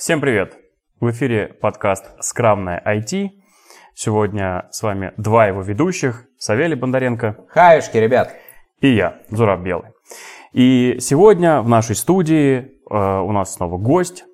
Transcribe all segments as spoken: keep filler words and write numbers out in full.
Всем привет! В эфире подкаст «Скрамное ай ти». Сегодня с вами два его ведущих, Савелий Бондаренко. Хаюшки, ребят! И я, Зураб Белый. И сегодня в нашей студии э, у нас снова гость.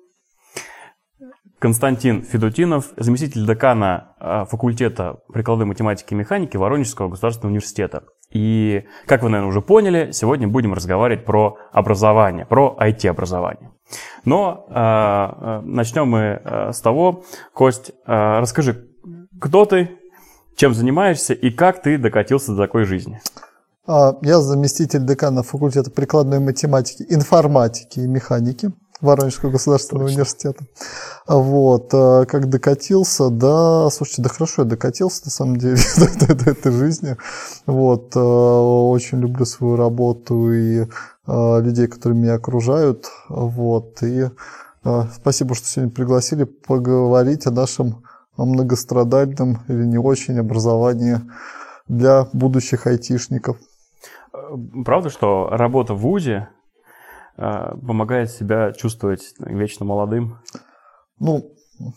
Константин Федутинов, заместитель декана э, факультета прикладной математики и механики Воронежского государственного университета. И, как вы, наверное, уже поняли, сегодня будем разговаривать про образование, про ай ти-образование. Но э, начнем мы э, с того, Кость, э, расскажи, кто ты, чем занимаешься и как ты докатился до такой жизни? Я заместитель декана факультета прикладной математики, информатики и механики Воронежского государственного Точно. университета. Вот, как докатился, да, слушайте, да хорошо я докатился, на самом деле, до, до этой жизни. Вот, очень люблю свою работу и людей, которые меня окружают. Вот, и спасибо, что сегодня пригласили поговорить о нашем многострадальном или не очень образовании для будущих айтишников. Правда, что работа в вузе помогает себя чувствовать вечно молодым? Ну,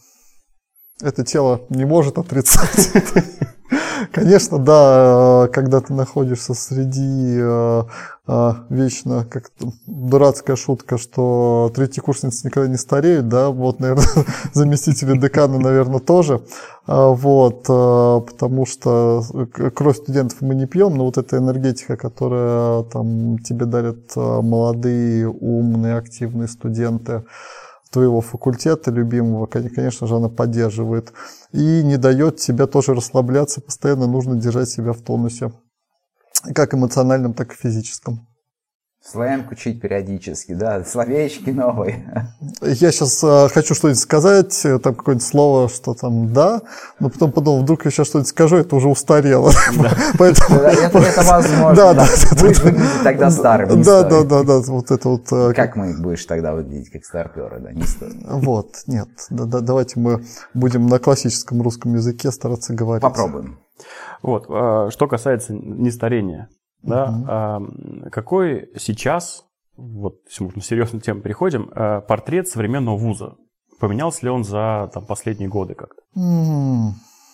это тело не может отрицать. Конечно, да, когда ты находишься среди вечно, как дурацкая шутка, что третьекурсницы никогда не стареют, да, вот, наверное, заместители декана, наверное, тоже, вот, потому что кровь студентов мы не пьем, но вот эта энергетика, которая там тебе дарят молодые, умные, активные студенты твоего факультета любимого, конечно же, она поддерживает и не дает тебе тоже расслабляться, постоянно нужно держать себя в тонусе, как эмоциональном, так и физическом. Сленг учить периодически, да, словечки новые. Я сейчас э, хочу что-нибудь сказать, там какое-нибудь слово, что там «да», но потом подумал, вдруг я сейчас что-нибудь скажу, это уже устарело. Это возможно. Выглядеть тогда старым не стоит. Да, да, да, вот это вот. Как мы будешь тогда выглядеть, как старперы, да, не стоит. Вот, нет, давайте мы будем на классическом русском языке стараться говорить. Попробуем. Вот, что касается нестарения. Да, uh-huh. а, какой сейчас, вот если мы на серьезную тему переходим, а, портрет современного вуза? Поменялся ли он за там, последние годы как-то? Mm-hmm.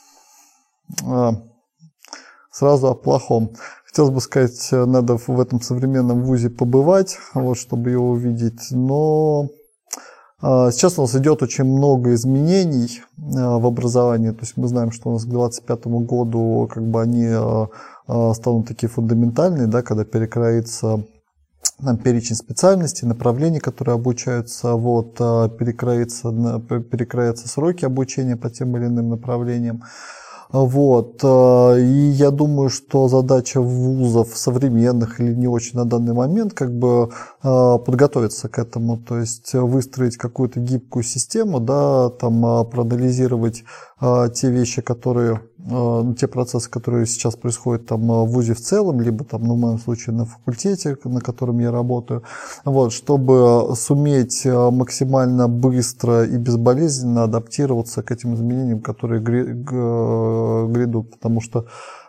А, сразу о плохом. Хотелось бы сказать, надо в этом современном вузе побывать, вот, чтобы его увидеть, но а, сейчас у нас идет очень много изменений а, в образовании, то есть мы знаем, что у нас к двадцать пятому году как бы они а, станут такие фундаментальные, да, когда перекроится там, перечень специальностей, направлений, которые обучаются, вот, перекроятся, перекроятся сроки обучения по тем или иным направлениям. Вот. И я думаю, что задача вузов современных или не очень на данный момент как бы подготовиться к этому, то есть выстроить какую-то гибкую систему, да, там, проанализировать те вещи, которые, те процессы, которые сейчас происходят там в вузе в целом, либо там, ну, в моем случае на факультете, на котором я работаю, вот, чтобы суметь максимально быстро и безболезненно адаптироваться к этим изменениям, которые грядут, потому что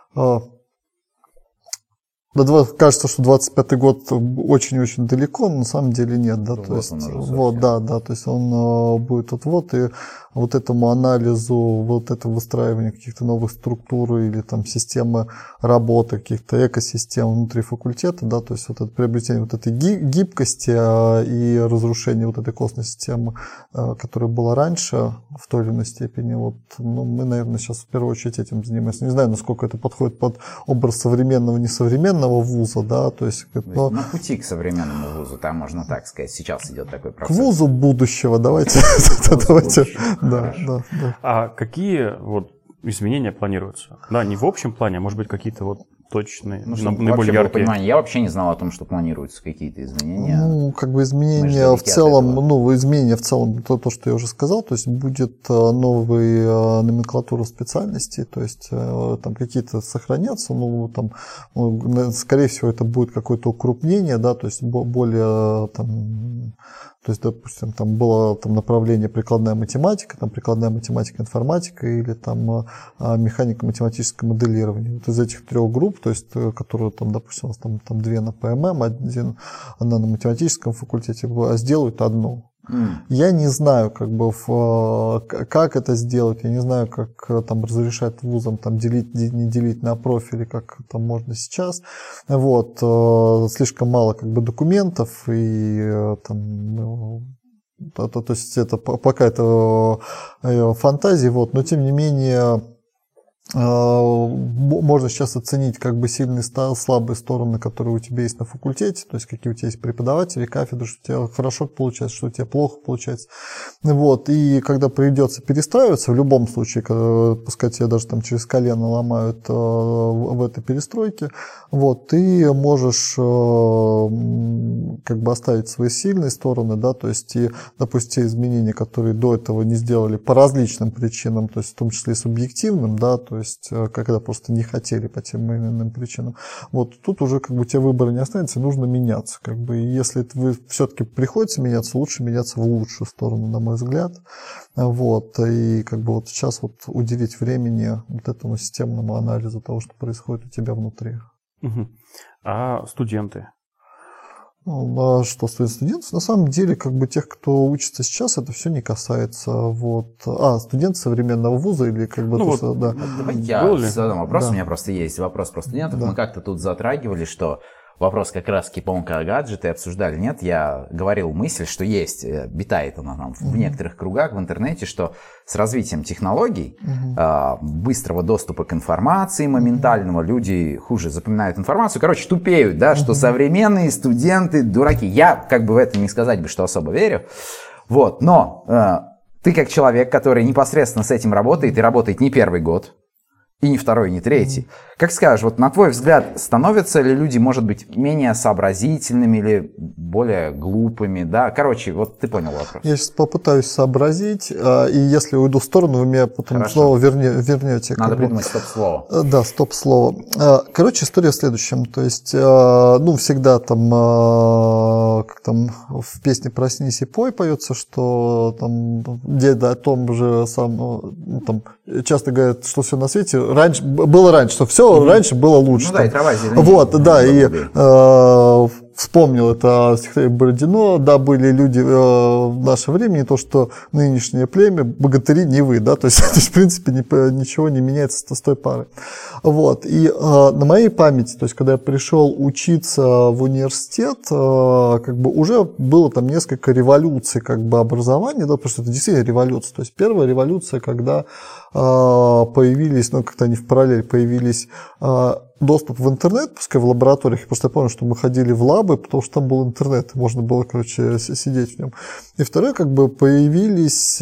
да, кажется, что двадцать пятый год очень-очень далеко, но на самом деле нет, да, вот то есть, вот, да, да, то есть он будет вот-вот, и вот этому анализу, вот это выстраивание каких-то новых структур или там системы работы, каких-то экосистем внутри факультета, да, то есть вот это приобретение вот этой гибкости и разрушение вот этой костной системы, которая была раньше в той или иной степени, вот, ну, мы, наверное, сейчас в первую очередь этим занимаемся. Не знаю, насколько это подходит под образ современного, несовременного вуза, да, то есть... Но... На пути к современному вузу, там можно так сказать, сейчас идет такой процесс. К вузу будущего, давайте, давайте... Да, да, да. А какие вот изменения планируются? Да, не в общем плане, а может быть какие-то вот точные, ну, наиболее яркие. Понимание, я вообще не знал о том, что планируются какие-то изменения. Ну, как бы изменения в целом, ну, изменения в целом, то, то, что я уже сказал, то есть будет новая номенклатура специальностей, то есть там какие-то сохранятся, ну, там, скорее всего, это будет какое-то укрупнение, да, то есть более там. То есть, допустим, там было там, направление прикладная математика, там прикладная математика, информатика или там механико-математическое моделирование. Вот из этих трех групп, то есть, которые там, допустим, у нас там, там две на ПММ, один, одна на математическом факультете, сделают одну. Mm. Я не знаю, как бы, в, как это сделать, я не знаю, как там разрешать вузам там, делить, не делить на профили, как там можно сейчас. Вот, слишком мало как бы, документов, и там, ну, то, то, то есть это пока это фантазии, вот, но тем не менее можно сейчас оценить как бы сильные, слабые стороны, которые у тебя есть на факультете, то есть какие у тебя есть преподаватели, кафедры, что у тебя хорошо получается, что у тебя плохо получается. Вот. И когда придется перестраиваться, в любом случае, пускай тебя даже там через колено ломают в этой перестройке, вот, ты можешь как бы оставить свои сильные стороны, да, то есть и, допустим, те изменения, которые до этого не сделали по различным причинам, то есть в том числе и субъективным, да, то есть когда просто не хотели по тем или иным причинам. Вот тут уже как бы у тебя выбора не останется, нужно меняться. Как бы. И если вы все-таки приходится меняться, лучше меняться в лучшую сторону, на мой взгляд. Вот. И как бы вот сейчас вот уделить времени вот этому системному анализу того, что происходит у тебя внутри. Угу. А студенты? Ну, а что студентов? На самом деле, как бы тех, кто учится сейчас, это все не касается. Вот. А, студент современного вуза или как бы... Ну, то, вот, что, да. Давайте я задам вопрос. Да. У меня просто есть вопрос про студентов. Да. Мы как-то тут затрагивали, что вопрос как раз кипонка гаджеты обсуждали. Нет, я говорил мысль, что есть, битает она там в некоторых кругах в интернете, что с развитием технологий, uh-huh. быстрого доступа к информации, моментального, люди хуже запоминают информацию. Короче, тупеют, да, uh-huh. что современные студенты дураки. Я как бы в это не сказать бы, что особо верю. Вот, но э, ты как человек, который непосредственно с этим работает и работает не первый год, и не второй, не третий. Как скажешь, вот на твой взгляд, становятся ли люди, может быть, менее сообразительными или более глупыми, да? Короче, вот ты понял вопрос. Я сейчас попытаюсь сообразить, и если уйду в сторону, вы меня потом Хорошо. снова верне, вернете. Надо придумать стоп-слово. Да, стоп-слово. Короче, история в следующем. То есть, ну, всегда там, как там в песне «Проснись и пой» поется, что там деда о том же самом, там, часто говорят, что все на свете раньше, было раньше, что все mm-hmm. раньше было лучше. Ну да, и трава зеленее. Вот, да, и э, вспомнил это стихотворение Бородино, да, были люди э, в наше время, не то, что нынешнее племя, богатыри не вы, да, то есть, то есть в принципе, не, ничего не меняется с той пары. Вот, и э, на моей памяти, то есть, когда я пришел учиться в университет, э, как бы уже было там несколько революций, как бы, образования, да, потому что это действительно революция. То есть, первая революция, когда появились, ну, как-то они в параллель появились доступ в интернет, пускай в лабораториях. Просто я помню, что мы ходили в лабы, потому что там был интернет, можно было, короче, сидеть в нем. И второе, как бы появились,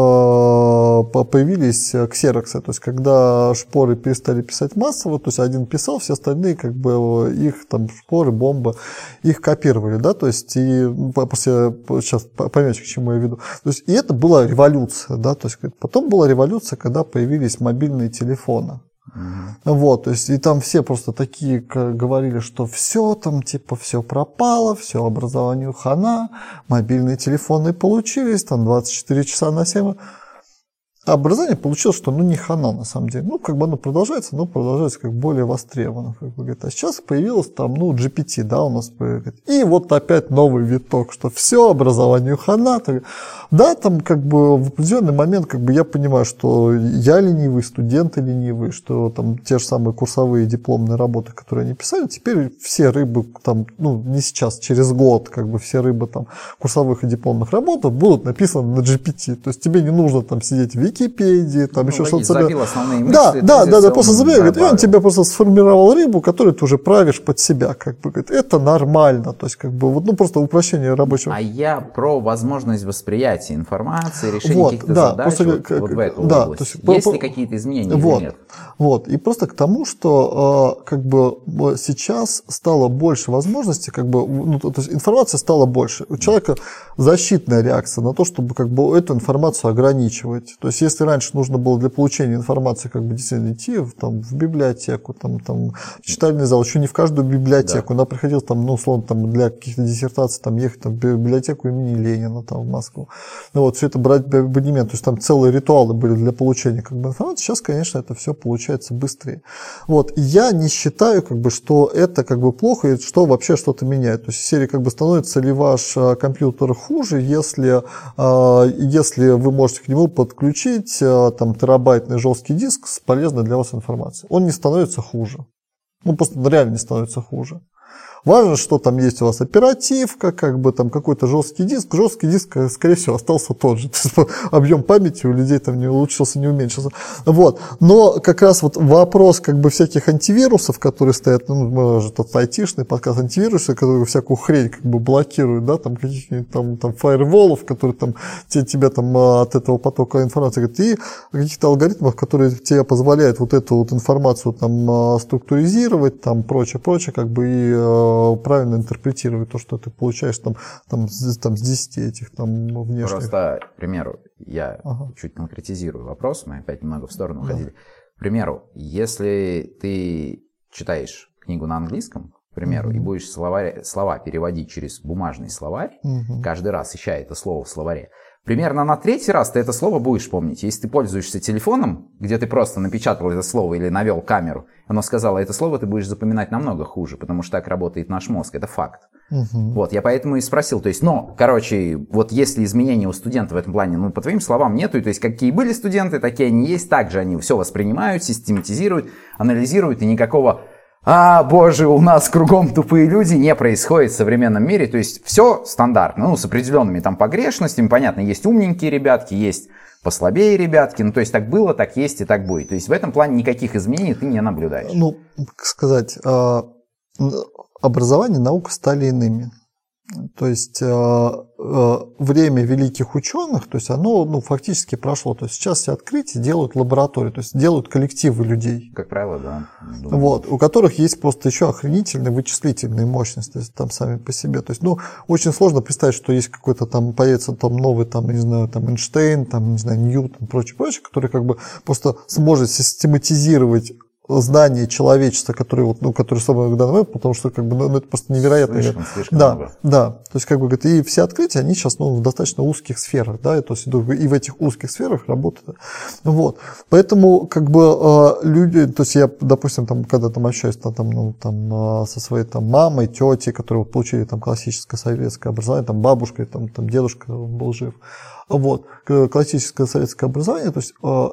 появились ксероксы, то есть когда шпоры перестали писать массово, то есть один писал, все остальные, как бы, их там шпоры, бомба, их копировали, да, то есть и после, сейчас поймете, к чему я веду. То есть и это была революция, да, то есть потом была революция, когда появились мобильные телефоны. Uh-huh. Вот, то есть, и там все просто такие говорили, что все там, типа, все пропало, все образованию хана, мобильные телефоны получились, там двадцать четыре часа на семь. А образование получилось, что ну не хана на самом деле. Ну, как бы оно продолжается, но продолжается как более востребовано. Как бы, говорит. А сейчас появилось там, ну, джи пи ти, да, у нас появилось. И вот опять новый виток, что все, образованию хана. Так, да, там как бы в определенный момент как бы я понимаю, что я ленивый, студенты ленивые, что там те же самые курсовые дипломные работы, которые они писали, теперь все рыбы там, ну, не сейчас, через год, как бы все рыбы там курсовых и дипломных работ будут написаны на джи пи ти. То есть тебе не нужно там сидеть в Википедии, там ну, еще что-то. Забил основные мысли. Да, да, да, да, просто забил, говорит, и он тебе просто сформировал рыбу, которую ты уже правишь под себя, как бы, говорит, это нормально, то есть, как бы, вот, ну, просто упрощение рабочего. А я про возможность восприятия информации, решения вот, каких-то да, задач просто, вот, как, вот в эту да, область. То есть, есть по, ли какие-то изменения вот, или нет? Вот, и просто к тому, что, как бы, сейчас стало больше возможностей, как бы, ну, то есть, информация стала больше. У человека защитная реакция на то, чтобы, как бы, эту информацию ограничивать. То есть, если раньше нужно было для получения информации как бы действительно идти в, там, в библиотеку, там, там, в читальный зал, еще не в каждую библиотеку, да. Она приходила там, ну, условно, там, для каких-то диссертаций там, ехать там, в библиотеку имени Ленина там, в Москву. Ну, вот, все это брать абонемент, то есть там целые ритуалы были для получения как бы, информации. Сейчас, конечно, это все получается быстрее. Вот. И я не считаю, как бы, что это как бы плохо и что вообще что-то меняет. То есть в серии как бы становится ли ваш компьютер хуже, если, если вы можете к нему подключить там, терабайтный жесткий диск с полезной для вас информацией. Он не становится хуже. Ну, просто реально не становится хуже. Важно, что там есть у вас оперативка, как бы там какой-то жесткий диск. Жесткий диск, скорее всего, остался тот же. То есть, объем памяти у людей там не улучшился, не уменьшился. Вот. Но как раз вот вопрос как бы всяких антивирусов, которые стоят, ну, может, тот айтишный подкаст антивирусы, которые всякую хрень как бы блокируют, да, там каких-нибудь там, там фаерволов, которые там те, тебя там от этого потока информации говорят, и каких-то алгоритмов, которые тебе позволяют вот эту вот информацию там структуризировать, там прочее, прочее, как бы и правильно интерпретировать то, что ты получаешь там, там, с, там, с десяти этих там внешних. Просто, к примеру, я ага. чуть конкретизирую вопрос, мы опять немного в сторону да. уходили. К примеру, если ты читаешь книгу на английском, к примеру, mm-hmm. и будешь словарь, слова переводить через бумажный словарь, mm-hmm. каждый раз ища это слово в словаре, примерно на третий раз ты это слово будешь помнить. Если ты пользуешься телефоном, где ты просто напечатал это слово или навел камеру, оно сказало это слово, ты будешь запоминать намного хуже, потому что так работает наш мозг, это факт. Угу. Вот, я поэтому и спросил, то есть, но, короче, вот если изменения у студента в этом плане, ну, по твоим словам, нету, то есть, какие были студенты, такие они есть, также они все воспринимают, систематизируют, анализируют, и никакого... А, боже, у нас кругом тупые люди не происходит в современном мире. То есть все стандартно, ну, с определенными там погрешностями. Понятно, есть умненькие ребятки, есть послабее ребятки. Ну, то есть так было, так есть и так будет. То есть в этом плане никаких изменений ты не наблюдаешь. Ну, как сказать, образование и наука стали иными. То есть э, э, время великих ученых, то есть оно ну, фактически прошло. То есть сейчас все открытия делают лаборатории, то есть делают коллективы людей. Как правило, да. Вот, у которых есть просто еще охренительные вычислительные мощности, то есть, там сами по себе. То есть, ну, очень сложно представить, что есть какой-то там, появится там новый, там, не знаю, там Эйнштейн, там, не знаю, Ньютон, прочее, прочее, который как бы просто сможет систематизировать знания человечества, которые вот, ну, которые собраны в данный момент, потому что как бы, ну, это просто невероятно. Слишком, слишком да, много. Да, то есть как бы говорит, и все открытия, они сейчас ну, в достаточно узких сферах, да, и, то есть, и в этих узких сферах работают. Вот, поэтому как бы люди, то есть я, допустим, там, когда там общаюсь там, ну, там, со своей там мамой, тетей, которые вот, получили там классическое советское образование, там бабушкой, там, там дедушка был жив, вот, классическое советское образование, то есть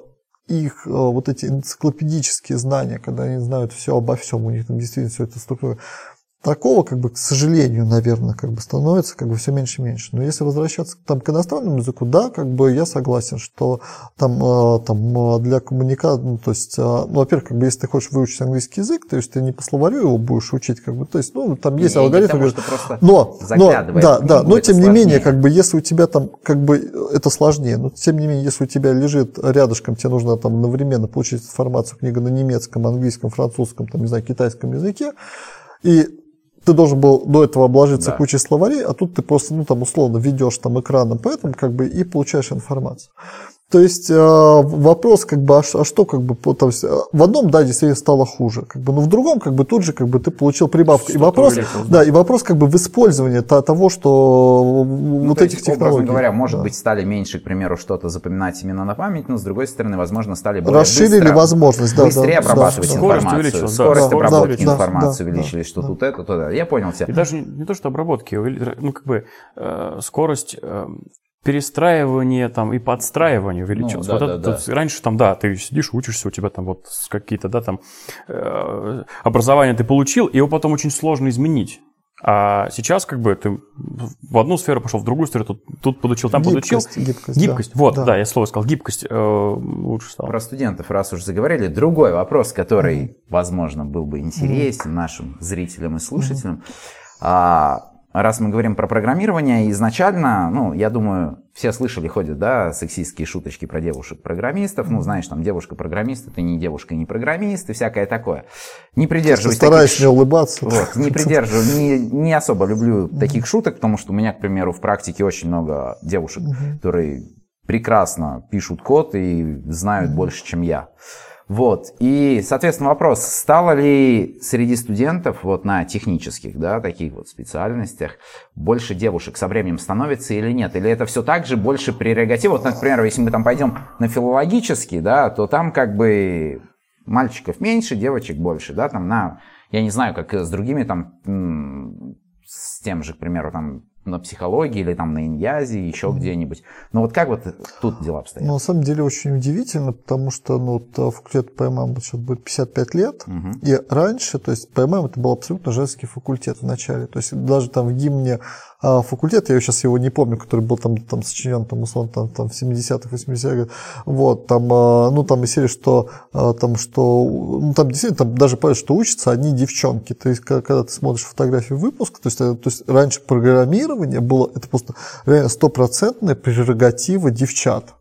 их вот эти энциклопедические знания, когда они знают все обо всем, у них там действительно все это структура. Такого, как бы, к сожалению, наверное, как бы становится как бы все меньше и меньше. Но если возвращаться там, к иностранному языку, да, как бы я согласен, что там, там для коммуникации, ну, то есть, ну, во-первых, как бы, если ты хочешь выучить английский язык, то есть ты не по словарю его будешь учить, как бы, то есть, ну, там есть алгоритм, но, но, да, да, но тем не менее, как бы, если у тебя там, как бы, это сложнее, но тем не менее, если у тебя лежит рядышком, тебе нужно там одновременно получить информацию, книга на немецком, английском, французском, там, не знаю, китайском языке, и ты должен был до этого обложиться да. кучей словарей, а тут ты просто, ну, там, условно, ведешь там экраном, поэтому, как бы, и получаешь информацию. То есть э, вопрос, как бы, а, а что, как бы, то есть, в одном, да, действительно стало хуже, как бы, но в другом, как бы, тут же, как бы, ты получил прибавку. Что и вопрос, увеличил, да. да, и вопрос, как бы, в использовании того, что ну, вот этих есть, технологий. Образно говоря, может да. быть, стали меньше, к примеру, что-то запоминать именно на память, но, с другой стороны, возможно, стали более расширили быстро, возможность, да, быстрее да, обрабатывать да, информацию, да. скорость да, обработки да, информации да, увеличили, да, что да. тут это, то да. Я понял тебя. И даже не, не то, что обработки, ну, как бы, э, скорость... Э, перестраивание там и подстраивание увеличилось. Ну, да, вот да, это, да. Раньше там, да, ты сидишь, учишься, у тебя там вот какие-то, да, там э, образование ты получил, и его потом очень сложно изменить. А сейчас как бы ты в одну сферу пошел, в другую сферу, тут, тут подучил, там гибкость, подучил. Гибкость, гибкость. Да. Вот, да. да, я слово сказал, гибкость э, лучше стало. Про студентов, раз уж заговорили, другой вопрос, который, mm-hmm. возможно, был бы интересен mm-hmm. нашим зрителям и слушателям. Mm-hmm. А, раз мы говорим про программирование, изначально, ну, я думаю, все слышали, ходят, да, сексистские шуточки про девушек-программистов. Ну, знаешь, там, девушка-программист, это не девушка, не программист и всякое такое. Не придерживаюсь стараюсь таких... не улыбаться. Вот, не придерживаюсь, не, не особо люблю таких шуток, потому что у меня, к примеру, в практике очень много девушек, которые прекрасно пишут код и знают mm-hmm. больше, чем я. Вот. И, соответственно, вопрос, стало ли среди студентов вот на технических, да, таких вот специальностях больше девушек со временем становится или нет? Или это все так же больше прерогатива? Вот, например, если мы там пойдем на филологический, да, то там как бы мальчиков меньше, девочек больше, да, там на, я не знаю, как с другими там, с тем же, к примеру, там, на психологии или там на иньязе, еще mm-hmm. где-нибудь. Но вот как вот тут дела обстоят? Ну, на самом деле очень удивительно, потому что ну, вот, факультет ПММ сейчас будет пятьдесят пять лет, mm-hmm. и раньше, то есть ПММ это был абсолютно женский факультет в начале. То есть даже там в гимне а, факультета, я сейчас его не помню, который был там, там сочинен, там, условно, там, там в семидесятых, восьмидесятых, вот, там, а, ну, там из серии, что, а, там, что, ну, там действительно, там даже понятно, что учатся одни девчонки. То есть, когда ты смотришь фотографию выпуска, то есть, то есть раньше программирование было, это просто реально стопроцентная прерогатива девчат.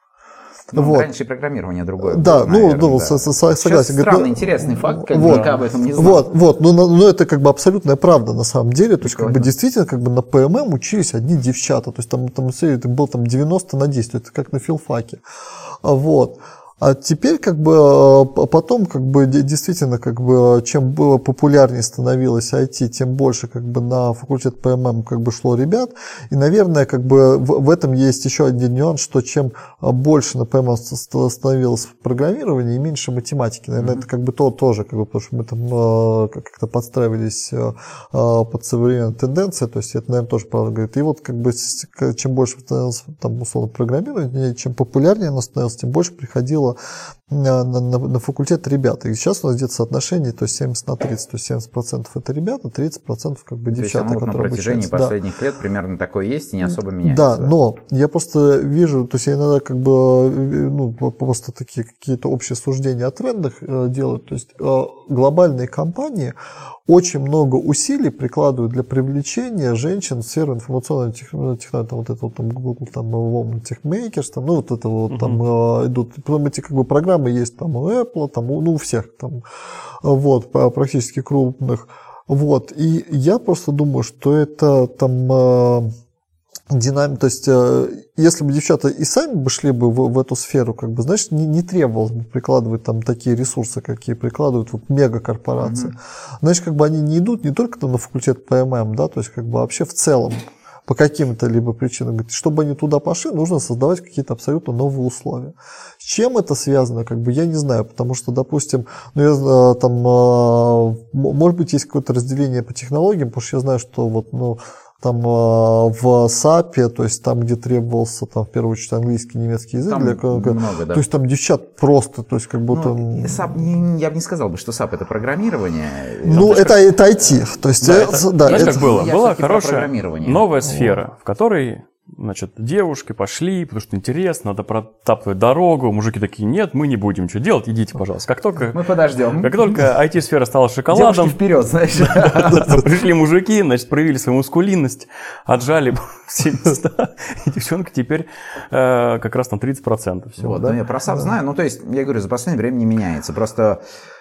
Ну, вот. Раньше программирование другое. Да, было, наверное, ну, да. с, с, согласен. Странный, Говорит, интересный факт, как вот, бы об этом не знал. Вот, вот, но, но это как бы абсолютная правда на самом деле. То есть, как бы действительно, как бы на ПММ учились одни девчата. То есть, там, там это было там девяносто на десять, это как на филфаке. Вот. А теперь, как бы, потом, как бы, действительно, как бы, чем было популярнее становилось ай ти, тем больше, как бы, на факультет ПММ, как бы, шло ребят. И, наверное, как бы, в, в этом есть еще один нюанс, что чем больше на ПММ становилось программирование и меньше математики. Наверное, mm-hmm. это, как бы, то тоже, как бы, потому что мы там как-то подстраивались под современные тенденции, то есть, это, наверное, тоже правда говорит. И вот, как бы, чем больше становилось, там, условно, программирование, чем популярнее оно становилось, тем больше приходило На, на, на факультет ребята. И сейчас у нас где-то соотношение, то есть семьдесят на тридцать, то есть семьдесят процентов это ребята, тридцать процентов как бы девчата, то есть, которые на протяжении обучаются. последних да. лет примерно такое есть и не особо меняется. Да, да, но я просто вижу, то есть я иногда как бы ну, просто такие какие-то общие суждения о трендах э, делаю. То есть э, глобальные компании очень много усилий прикладывают для привлечения женщин в сферу информационной технологии, там вот это вот там Google, там Women Techmakers, там, ну вот это вот uh-huh. там э, идут. Потом эти как бы программы есть там у Apple, там, ну у всех там, вот, практически крупных. Вот, и я просто думаю, что это там э, динамика, то есть э, если бы девчата и сами бы шли бы в, в эту сферу, как бы, значит, не, не требовалось бы прикладывать там такие ресурсы, какие прикладывают вот мегакорпорации. Mm-hmm. Значит, как бы они не идут не только там на факультет ПММ, да, то есть как бы вообще в целом по каким-то либо причинам. Говорит, чтобы они туда пошли, нужно создавать какие-то абсолютно новые условия. С чем это связано, как бы я не знаю, потому что, допустим, ну, я, там, может быть, есть какое-то разделение по технологиям, потому что я знаю, что вот, ну, там в САПе, то есть там, где требовался, там, в первую очередь, английский, немецкий язык, для, много, да. То есть там девчат просто, то есть как будто... Ну, САП, я бы не сказал бы, что САП это программирование. Ну, это, как... это ай ти, то есть... Да, это, это, да, знаешь, это... как было? Я Была хорошая новая О. сфера, в которой... Значит, девушки пошли, потому что интересно, надо протаптывать дорогу. Мужики такие, нет, мы не будем что делать, идите, пожалуйста. Как только, мы подождем. Как только ай ти-сфера стала шоколадом... Девушки вперед, знаешь. Пришли мужики, значит, проявили свою мускулинность, отжали все места. И девчонка теперь как раз на тридцать процентов всего. Вот, ну я про САП знаю. Ну, то есть, я говорю, за последнее время не меняется. Просто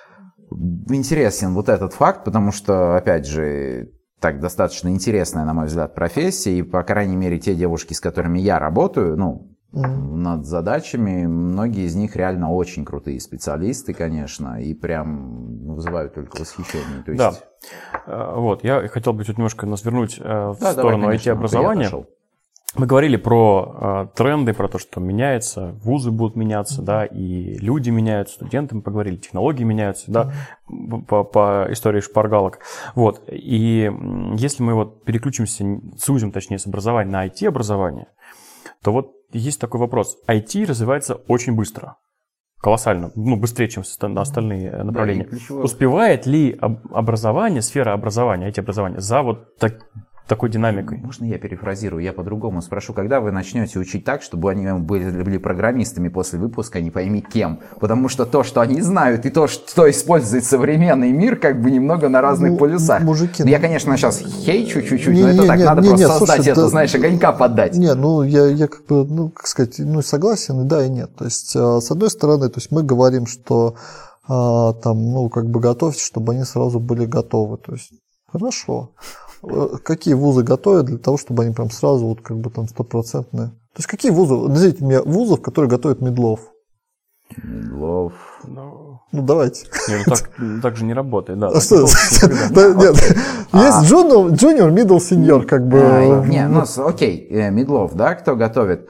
интересен вот этот факт, потому что, опять же... так достаточно интересная, на мой взгляд, профессия, и, по крайней мере, те девушки, с которыми я работаю, ну, mm-hmm. над задачами, многие из них реально очень крутые специалисты, конечно, и прям вызывают только восхищение. То есть... Да, вот, я хотел бы чуть немножко нас вернуть в да, сторону давай, ай ти-образования. Мы говорили про э, тренды, про то, что меняется, вузы будут меняться, mm-hmm. да, и люди меняются, студенты, мы поговорили, технологии меняются, mm-hmm. да, по, по истории шпаргалок. Вот, и если мы вот переключимся, сузим, точнее, с образования на ай ти-образование, то вот есть такой вопрос. ай ти развивается очень быстро, колоссально, ну, быстрее, чем остальные направления. Да, успевает ли образование, сфера образования, ай ти-образования за вот так... такой динамикой? Можно я перефразирую? Я по-другому спрошу. Когда вы начнете учить так, чтобы они были, были программистами после выпуска, не пойми кем? Потому что то, что они знают, и то, что использует современный мир, как бы немного на разных ну, полюсах. Мужики, ну, я, конечно, сейчас хейчу чуть-чуть, не, но не, это так, не, надо не, просто не, создать слушай, это, да, знаешь, огонька поддать. Не, ну, я, я как бы, ну, как сказать, ну, согласен, и да, и нет. То есть, с одной стороны, то есть мы говорим, что там, ну, как бы готовьте, чтобы они сразу были готовы. То есть, хорошо. Какие вузы готовят для того, чтобы они прям сразу вот как бы там стопроцентные? То есть какие вузы, назовите мне вузов, которые готовят медлов? Медлов. Ну, ну давайте. Не, ну так, так же не работает, да. А что? Нет, есть junior, middle, senior, как бы. Не, ну окей, медлов, да, кто готовит?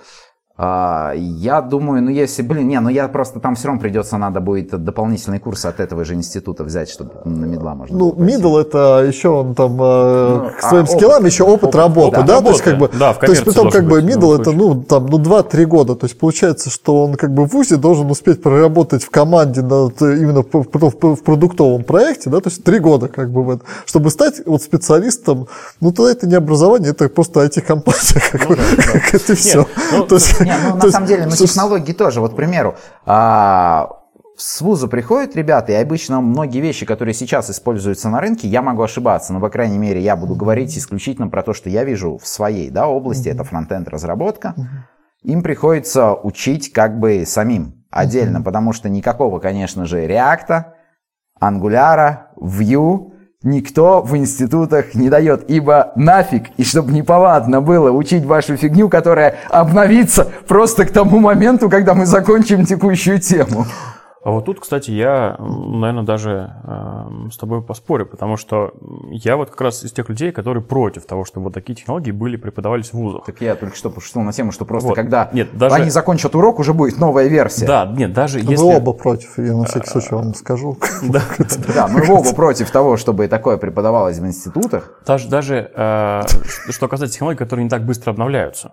Я думаю, ну если, блин, не, ну я просто там все равно придется, надо будет дополнительные курсы от этого же института взять, чтобы на медла можно Ну, было middle это еще он там ну, к своим а, скиллам опыт, еще опыт, опыт работы, да, да, работы. то есть как бы, да, в то есть потом как бы быть, middle это ну там ну два-три года, то есть получается, что он как бы в вузе должен успеть проработать в команде над, именно в, в, в продуктовом проекте, да, то есть три года как бы вот, чтобы стать вот специалистом, ну тогда это не образование, это просто ай ти-компания, как бы, это все. Не, ну на самом деле, ну технологии тоже, вот к примеру, с вуза приходят ребята, и обычно многие вещи, которые сейчас используются на рынке, я могу ошибаться, но, по крайней мере, я буду говорить исключительно про то, что я вижу в своей, да, области, это фронтенд разработка, им приходится учить как бы самим отдельно, потому что никакого, конечно же, React, Angular, Vue никто в институтах не дает, ибо нафиг, и чтобы неповадно было учить вашу фигню, которая обновится просто к тому моменту, когда мы закончим текущую тему. А вот тут, кстати, я, наверное, даже э, с тобой поспорю, потому что я вот как раз из тех людей, которые против того, чтобы вот такие технологии были, преподавались в вузах. Так я только что пошутил на тему, что просто вот. когда нет, даже... они закончат урок, уже будет новая версия. Да, нет, даже Вы если... Вы оба против, я на всякий случай вам скажу. Да, мы оба против того, чтобы такое преподавалось в институтах. Даже, даже э, что касается технологий, которые не так быстро обновляются.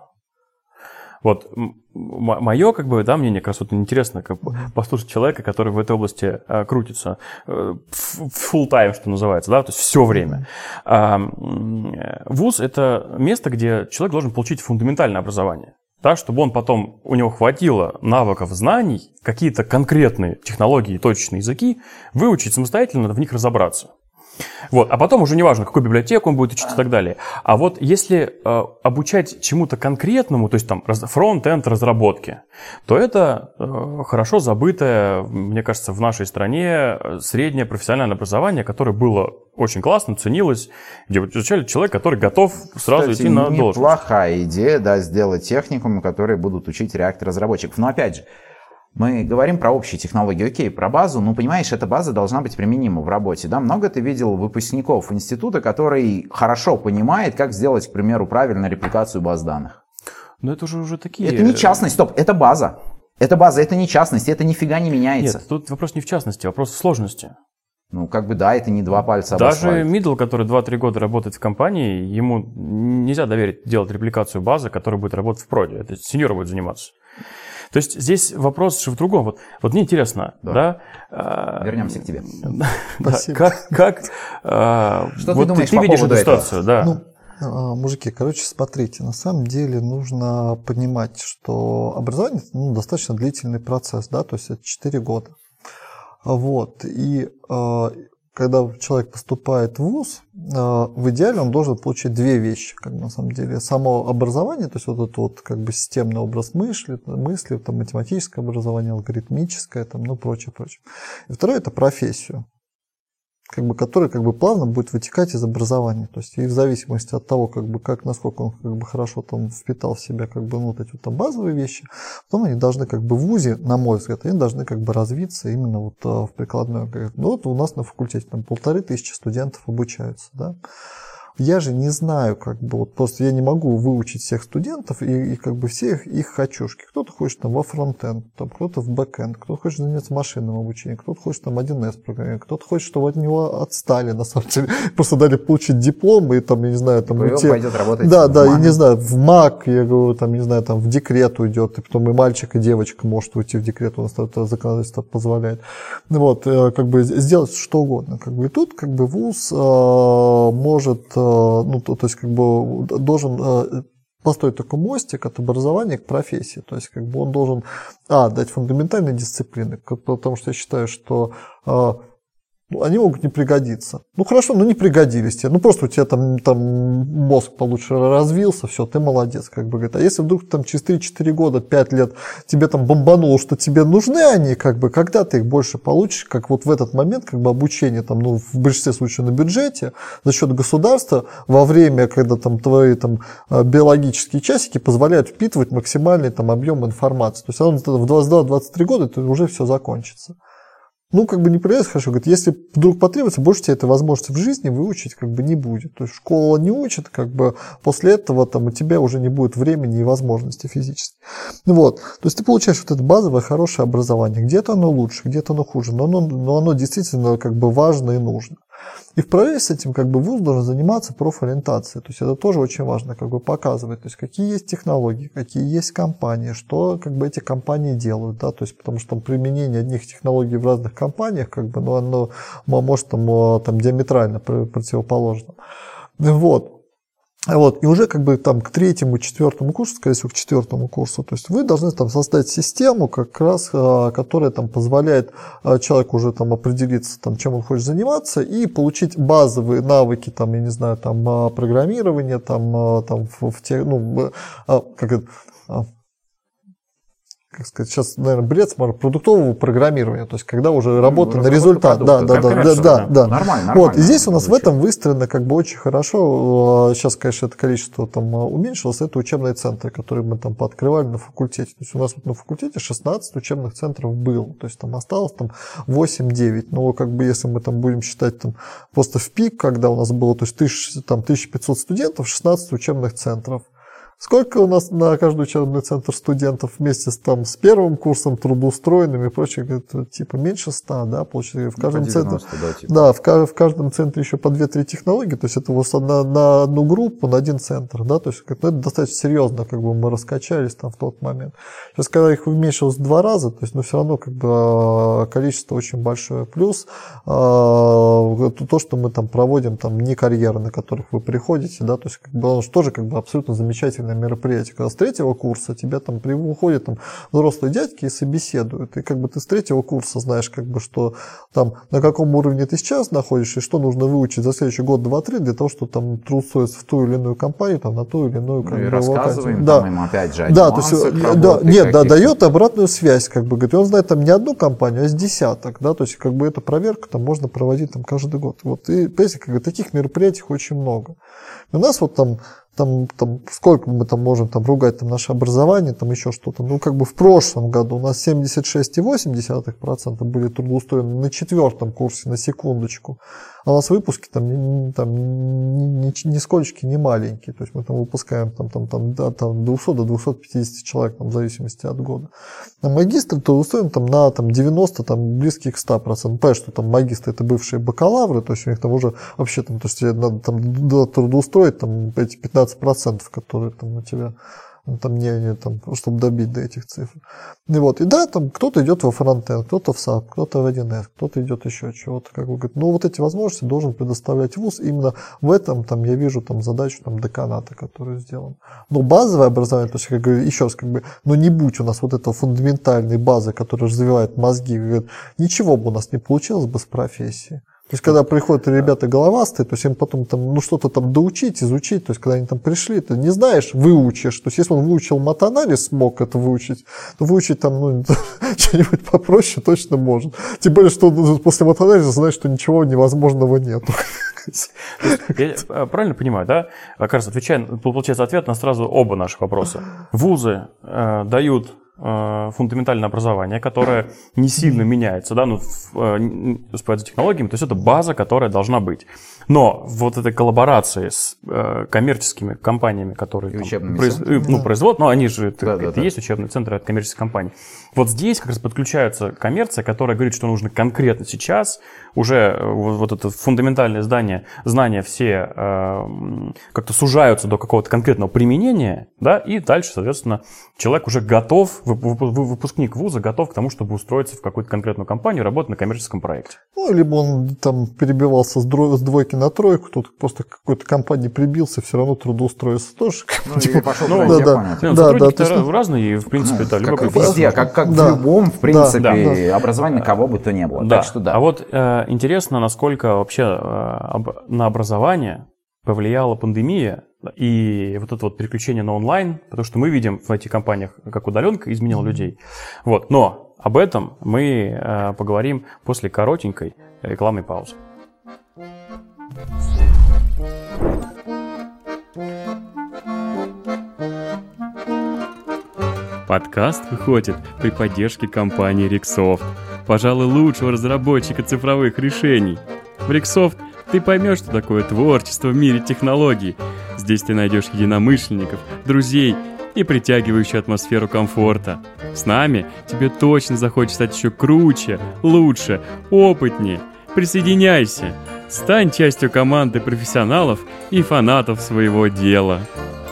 Вот мое, как бы, да, мнение, как раз вот интересно как бы, послушать человека, который в этой области а, крутится э, full time, что называется, да, то есть все время. А, вуз – это место, где человек должен получить фундаментальное образование, да, чтобы он потом, у него хватило навыков, знаний, какие-то конкретные технологии, точечные языки, выучить самостоятельно, в них разобраться. Вот. А потом уже неважно, какую библиотеку он будет учить и так далее. А вот если э, обучать чему-то конкретному, то есть там фронт-энд разработки, то это э, хорошо забытое, мне кажется, в нашей стране среднее профессиональное образование, которое было очень классно, ценилось, где изучали человека, который готов сразу Кстати, идти на должность. Неплохая идея, да, сделать техникумы, которые будут учить React-разработчиков. Но опять же, мы говорим про общие технологии, окей, про базу, но, понимаешь, эта база должна быть применима в работе, да, много ты видел выпускников института, который хорошо понимает, как сделать, к примеру, правильно репликацию баз данных. Но это уже уже такие... Это не частность, стоп, это база, это база, это не частность, это нифига не меняется. Нет, тут вопрос не в частности, вопрос в сложности. Ну, как бы да, это не два пальца об Даже асфальт. middle, который два-три года работает в компании, ему нельзя доверить делать репликацию базы, которая будет работать в проде, это сеньор будет заниматься. То есть здесь вопрос же в другом. Вот, вот мне интересно, да? да Вернемся к тебе. Спасибо. Как, как Что вот ты думаешь ты, по ты видишь поводу эту этого? ситуацию, да? Ну, мужики, короче, смотрите, на самом деле нужно понимать, что образование ну, достаточно длительный процесс, да, то есть это четыре года. Вот, и когда человек поступает в вуз, в идеале он должен получить две вещи, как на самом деле. Само образование, то есть вот этот вот как бы системный образ мысли, мысли там, математическое образование, алгоритмическое, там, ну, прочее, прочее. И второе – это профессию, как бы, которая как бы плавно будет вытекать из образования. То есть и в зависимости от того, как бы, как, насколько он как бы, хорошо там впитал в себя как бы, ну, вот эти вот, там, базовые вещи, потом они должны как бы в вузе, на мой взгляд, они должны как бы развиться именно вот в прикладной. Ну, вот у нас на факультете там полторы тысячи студентов обучаются, да. Я же не знаю, как бы, вот просто я не могу выучить всех студентов и, и как бы всех их хочушки. Кто-то хочет там во фронтенд, там, кто-то в бэкенд, кто-то хочет заняться машинным обучением, кто-то хочет там один эс программирование, кто-то хочет, чтобы от него отстали, на самом деле. Просто дали получить диплом и там, я не знаю, там... И уйти... пойдет работать Да, в да, МАК. и не знаю, в МАК, я говорю, там, не знаю, там в декрет уйдет, и потом и мальчик, и девочка может уйти в декрет, у нас это законодательство позволяет. Вот, как бы сделать что угодно. Как бы. И тут как бы вуз э, может, э, ну, то, то есть как бы должен э, построить такой мостик от образования к профессии. То есть как бы он должен, а, дать фундаментальные дисциплины, потому что я считаю, что э, они могут не пригодиться. Ну хорошо, ну не пригодились тебе. Ну просто у тебя там, там мозг получше развился, все, ты молодец, как бы говорит. А если вдруг там через три-четыре года, пять лет тебе там бомбануло, что тебе нужны они, как бы, когда ты их больше получишь, как вот в этот момент, как бы обучение там, ну, в большинстве случаев на бюджете, за счет государства, во время, когда там твои там биологические часики позволяют впитывать максимальный там объем информации. То есть он в двадцать два - двадцать три года это уже все закончится. Ну, как бы не появляется хорошо. Говорит, если вдруг потребуется, больше тебе этой возможности в жизни выучить как бы не будет. То есть школа не учит, как бы после этого там у тебя уже не будет времени и возможности физически. Вот. То есть ты получаешь вот это базовое хорошее образование. Где-то оно лучше, где-то оно хуже, но оно, но оно действительно как бы важно и нужно. И в параллели с этим как бы вуз должен заниматься профориентацией. То есть это тоже очень важно как бы показывать, то есть какие есть технологии, какие есть компании, что как бы эти компании делают, да, то есть потому что там, применение одних технологий в разных компаниях как бы, ну, оно может там, там диаметрально противоположно. Вот. Вот, и уже как бы там к третьему, четвертому курсу, скорее всего, к четвертому курсу, то есть вы должны там создать систему, как раз, которая там позволяет человеку уже там определиться, там, чем он хочет заниматься, и получить базовые навыки, там, я не знаю, там, программирования, там, там в, в те, ну, как это, как сказать, сейчас, наверное, бред, смотрю, продуктового программирования, то есть когда уже работа ну, на результат. Да, да, да, да, да, да. Нормально, нормально. Вот, и здесь у нас получается. В этом выстроено как бы очень хорошо. Сейчас, конечно, это количество там уменьшилось, это учебные центры, которые мы там пооткрывали на факультете. То есть у нас вот на факультете шестнадцать учебных центров было, то есть там осталось там восемь-девять. Но как бы если мы там будем считать там просто в пик, когда у нас было, то есть тысяча, там, тысяча пятьсот студентов, шестнадцать учебных центров. Сколько у нас на каждый учебный центр студентов вместе с, там, с первым курсом, трудоустроенными и прочее, это, типа меньше ста, да, получается, в каждом центре, да, типа. Да, в, в каждом центре еще по две-три технологии, то есть это вот на, на одну группу, на один центр, да, то есть ну, это достаточно серьезно, как бы мы раскачались там в тот момент. Сейчас, когда их уменьшилось в два раза, то есть, ну, все равно как бы количество очень большое. Плюс то, что мы там проводим, там, не карьеры, на которых вы приходите, да, то есть, как бы, оно же тоже как бы абсолютно замечательно мероприятие, когда с третьего курса тебя там приходят там взрослые дядьки и собеседуют, и как бы ты с третьего курса знаешь, как бы, что там на каком уровне ты сейчас находишься и что нужно выучить за следующий год, два, три для того, чтобы там трудоустроиться в ту или иную компанию, там на ту или иную как ну, бы, и рассказываем да. там им опять же да, то есть, да, нет, да, дает обратную связь, как бы, говорит, он знает там не одну компанию, а с десяток, да, то есть как бы эта проверка там можно проводить там каждый год. Вот, и, понимаете, как бы, таких мероприятий очень много. И у нас вот там Там, там, сколько мы там можем там, ругать там, наше образование, там еще что-то. Ну, как бы в прошлом году у нас семьдесят шесть целых восемь десятых процента были трудоустроены на четвертом курсе, на секундочку. А у нас выпуски там, там нисколько не маленькие. То есть мы там выпускаем там, там, там, да, там, двести до двухсот пятидесяти человек там, в зависимости от года. А магистры трудоустроены там, на там, девяносто, там, близких к ста процентам. Понятно, что там магистры это бывшие бакалавры, то есть у них там уже вообще там, то есть надо там, трудоустроить там, эти пятнадцать процентов, которые там у тебя там, не, не, там, чтобы добить до этих цифр. И, вот. И да, там кто-то идет во фронтенд, кто-то в САП, кто-то в один эс, кто-то идет еще чего-то. Как бы, говорит, ну, вот эти возможности должен предоставлять вуз. Именно в этом там, я вижу там, задачу там, деканата, которую сделан. Но базовое образование, то есть, как говорю, еще раз, как бы, ну, не будь у нас вот этого фундаментальной базы, которая развивает мозги, говорит, ничего бы у нас не получилось бы с профессией. То есть, когда приходят ребята головастые, то есть им потом там, ну, что-то там доучить, изучить, то есть, когда они там пришли, ты не знаешь, выучишь. То есть, если он выучил матанализ, смог это выучить, то выучить там, ну, что-нибудь попроще точно может. Тем более, что после матанализа знаешь, что ничего невозможного нет. Я правильно понимаю, да? Как раз отвечая, получается ответ на сразу оба наших вопроса. Вузы э, дают фундаментальное образование, которое не сильно меняется, да, ну, с технологиями, то есть это база, которая должна быть. Но вот этой коллаборации с э, коммерческими компаниями, которые там, произ, ну, да. производят, ну, они же, да, это, да, это да. есть учебные центры от коммерческих компаний. Вот здесь как раз подключается коммерция, которая говорит, что нужно конкретно сейчас, уже вот, вот это фундаментальное здание, знания все э, как-то сужаются до какого-то конкретного применения, да, и дальше, соответственно, человек уже готов, выпускник вуза готов к тому, чтобы устроиться в какую-то конкретную компанию, работать на коммерческом проекте. Ну, либо он там перебивался с, дро- с двойки на тройку, тут просто к какой-то компании прибился, все равно трудоустроился тоже. Ну, типа, и пошел ну, да, да, да. Да, да, да, да, есть, разные, и, в принципе, ну, да, любой как везде, как, как да. в любом, в принципе, да, да. образование кого бы то ни было. Да. Так что, да. А вот э, интересно, насколько вообще э, об, на образование повлияла пандемия и вот это вот переключение на онлайн, потому что мы видим в этих компаниях, как удаленка изменила mm-hmm. людей. Вот. Но об этом мы э, поговорим после коротенькой рекламной паузы. Подкаст выходит при поддержке компании Rixsoft, пожалуй, лучшего разработчика цифровых решений. В Rixsoft ты поймешь, что такое творчество в мире технологий. Здесь ты найдешь единомышленников, друзей и притягивающую атмосферу комфорта. С нами тебе точно захочется стать еще круче, лучше, опытнее. Присоединяйся, стань частью команды профессионалов и фанатов своего дела.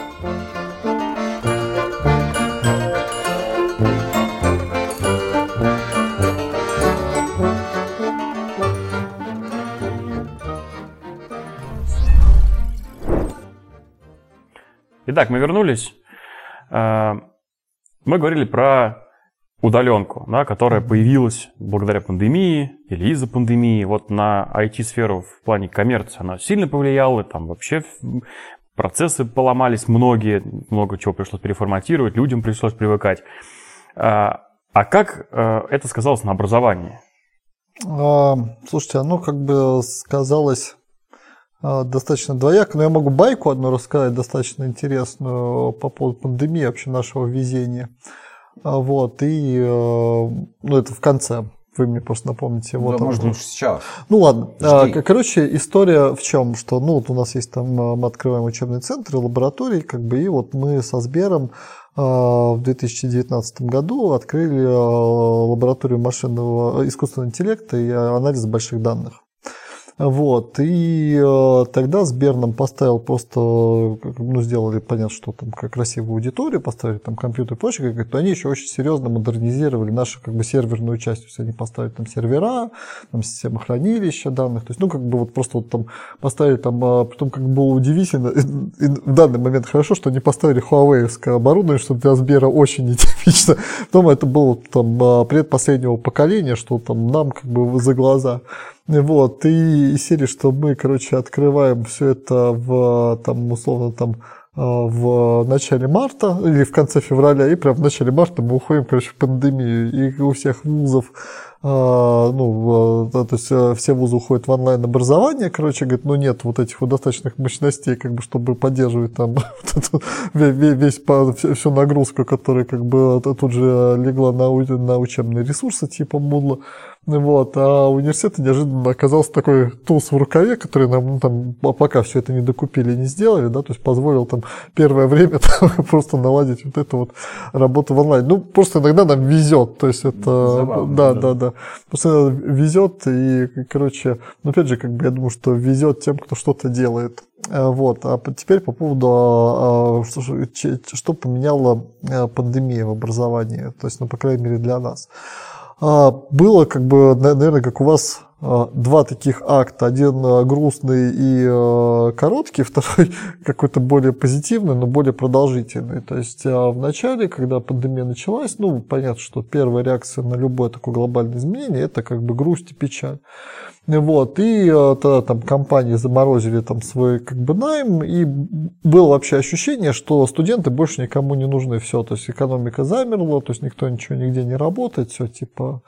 Итак, мы вернулись. Мы говорили про удаленку, да, которая появилась благодаря пандемии или из-за пандемии. Вот на ай ти-сферу в плане коммерции она сильно повлияла. Там вообще процессы поломались многие, много чего пришлось переформатировать, людям пришлось привыкать. А как это сказалось на образовании? Слушайте, оно как бы сказалось... достаточно двояко, но я могу байку одну рассказать, достаточно интересную по поводу пандемии, вообще нашего везения. Вот, и, ну, это в конце, вы мне просто напомните. Да, вот может, лучше сейчас. Ну, ладно. Жди. Короче, история в чем, что, ну, вот у нас есть там, мы открываем учебные центры, лаборатории, как бы, и вот мы со Сбером в две тысячи девятнадцатом году открыли лабораторию машинного искусственного интеллекта и анализа больших данных. Вот, и э, тогда Сбер нам поставил просто, ну, сделали, понятно, что там как красивую аудиторию, поставили там компьютер и прочее, как, то они еще очень серьезно модернизировали нашу как бы серверную часть, то есть они поставили там сервера, там систему хранилища данных, то есть, ну, как бы вот просто вот там поставили там, а потом как бы было удивительно, и, и в данный момент хорошо, что они поставили Huawei-ское оборудование, что для Сбера очень нетипично, потом это было там предпоследнего поколения, что там нам как бы за глаза. Вот, и из серии, что мы, короче, открываем все это в, там, условно, там, в начале марта или в конце февраля, и прям в начале марта мы уходим, короче, в пандемию, и у всех вузов, ну, то есть все вузы уходят в онлайн-образование, короче, говорит, ну, нет вот этих вот достаточных мощностей, как бы, чтобы поддерживать там весь, всю нагрузку, которая, как бы, тут же легла на, на учебные ресурсы типа Moodle. Вот, а университет неожиданно оказался такой туз в рукаве, который нам, ну, там, пока все это не докупили, не сделали, да, то есть позволил там первое время там, просто наладить вот эту вот работу в онлайн. Ну, просто иногда нам везет, то есть это, забавно, да, да, да, да, просто везет, и, короче, ну, опять же, как бы я думаю, что везет тем, кто что-то делает. Вот, а теперь по поводу, что, что поменяла пандемия в образовании, то есть, ну, по крайней мере, для нас. Было, как бы, наверное, как у вас, два таких акта. Один грустный и короткий, второй какой-то более позитивный, но более продолжительный. То есть в начале, когда пандемия началась, ну, понятно, что первая реакция на любое такое глобальное изменение – это как бы грусть и печаль. Вот, и тогда там компании заморозили там свой как бы найм, и было вообще ощущение, что студенты больше никому не нужны, все, то есть экономика замерла, то есть никто ничего нигде не работает, все типа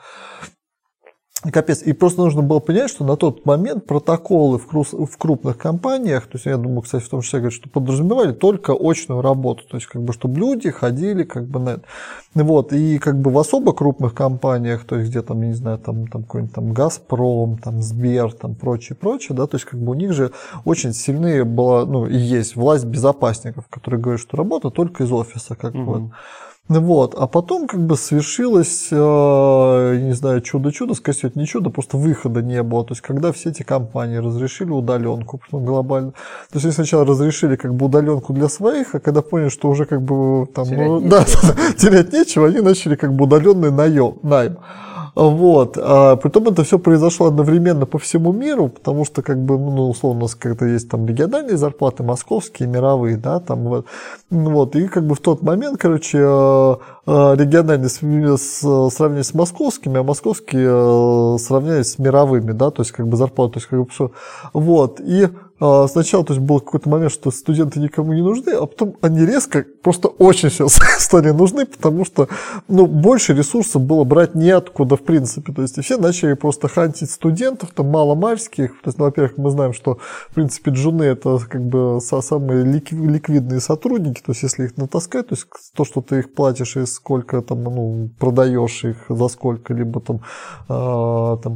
капец. И просто нужно было понять, что на тот момент протоколы в, кру- в крупных компаниях, то есть я думаю, кстати, в том числе, говорят, что подразумевали только очную работу, то есть как бы, чтобы люди ходили как бы на это. Вот, и как бы в особо крупных компаниях, то есть где там, я не знаю, там, там какой-нибудь там Газпром, там Сбер, там прочее, прочее, да, то есть как бы у них же очень сильная была, ну, и есть власть безопасников, которые говорят, что работа только из офиса, как бы. Угу. Вот, а потом как бы свершилось, э, не знаю, чудо-чудо, сказать, это не чудо, просто выхода не было. То есть, когда все эти компании разрешили удаленку, потом глобально. То есть, они сначала разрешили как бы удаленку для своих, а когда поняли, что уже как бы там, терять, ну, нечего. Да, терять нечего, они начали как бы удаленный наем, найм. Вот. А притом это все произошло одновременно по всему миру, потому что, как бы, ну, условно, у нас как-то есть там региональные зарплаты, московские, мировые, да, там вот. Вот. И как бы в тот момент, короче, региональные сравнялись с московскими, а московские сравнялись с мировыми, да, то есть как бы зарплаты, то есть как бы все. Вот. И сначала, то есть, был какой-то момент, что студенты никому не нужны, а потом они резко просто очень сейчас стали нужны, потому что, ну, больше ресурсов было брать неоткуда, в принципе. То есть, и все начали просто хантить студентов, там, маломальских. То есть, ну, во-первых, мы знаем, что, в принципе, джуны – это, как бы, самые ликвидные сотрудники. То есть, если их натаскать, то есть, то, что ты их платишь и сколько, там, ну, продаешь их за сколько, либо, там, э, там,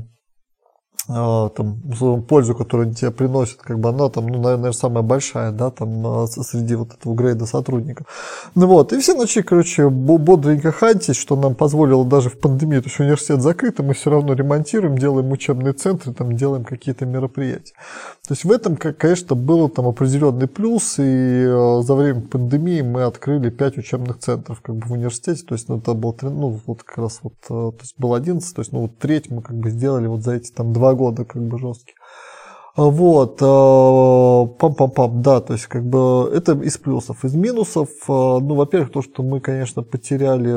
там, пользу, которую они тебе приносят, как бы она там, ну, наверное, самая большая, да, там, среди вот этого грейда сотрудников. Ну вот, и все начали, короче, бодренько хантить, что нам позволило даже в пандемию, то есть университет закрыт, и мы все равно ремонтируем, делаем учебные центры, там, делаем какие-то мероприятия. То есть в этом, конечно, был там определенный плюс, и за время пандемии мы открыли пять учебных центров, как бы, в университете, то есть, ну, это был, ну, вот как раз вот, то есть, был одиннадцать, то есть, ну, вот треть мы, как бы, сделали вот за эти, там, два года, как бы, жестких. Вот, пам-пам-пам, да, то есть, как бы, это из плюсов. Из минусов, ну, во-первых, то, что мы, конечно, потеряли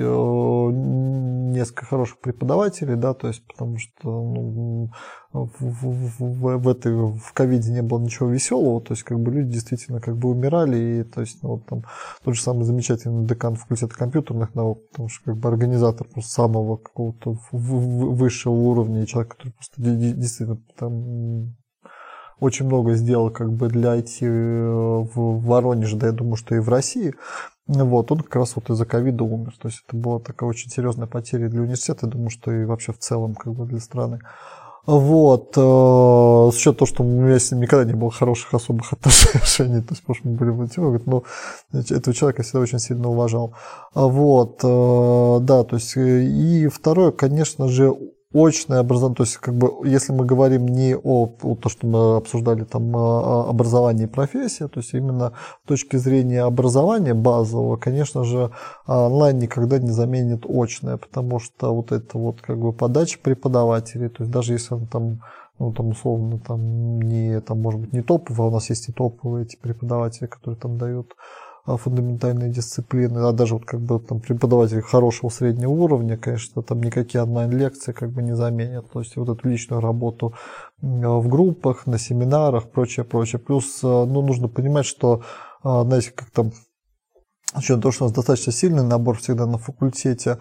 несколько хороших преподавателей, да, то есть, потому что, ну, в, в, в этой, в ковиде не было ничего веселого, то есть, как бы, люди действительно, как бы, умирали, и, то есть, ну, вот там, тот же самый замечательный декан факультета компьютерных наук, потому что, как бы, организатор просто самого какого-то высшего уровня, и человек, который просто действительно там очень много сделал, как бы, для ай ти в Воронеже, да, я думаю, что и в России. Вот, он как раз вот из-за ковида умер. То есть это была такая очень серьезная потеря для университета, я думаю, что и вообще в целом, как бы, для страны. Вот, с учетом того, что у меня с ним никогда не было хороших особых отношений, то есть, потому что мы были в мотиве, но этого человека я всегда очень сильно уважал. Вот, да, то есть, и второе, конечно же, очное образование, то есть, как бы, если мы говорим не о, о то, что мы обсуждали, там, образование и профессия, то есть именно с точки зрения образования базового, конечно же, онлайн никогда не заменит очное, потому что вот это вот, как бы, подача преподавателей, то есть даже если он там, ну, там, условно, там, не, там, может быть, не топовый, а у нас есть и топовые эти преподаватели, которые там дают фундаментальные дисциплины, а даже вот, как бы, там, преподаватели хорошего среднего уровня, конечно, там никакие онлайн-лекции, как бы, не заменят. То есть вот эту личную работу в группах, на семинарах, прочее, прочее. Плюс, ну, нужно понимать, что, знаете, как там, учетом того, что у нас достаточно сильный набор всегда на факультете,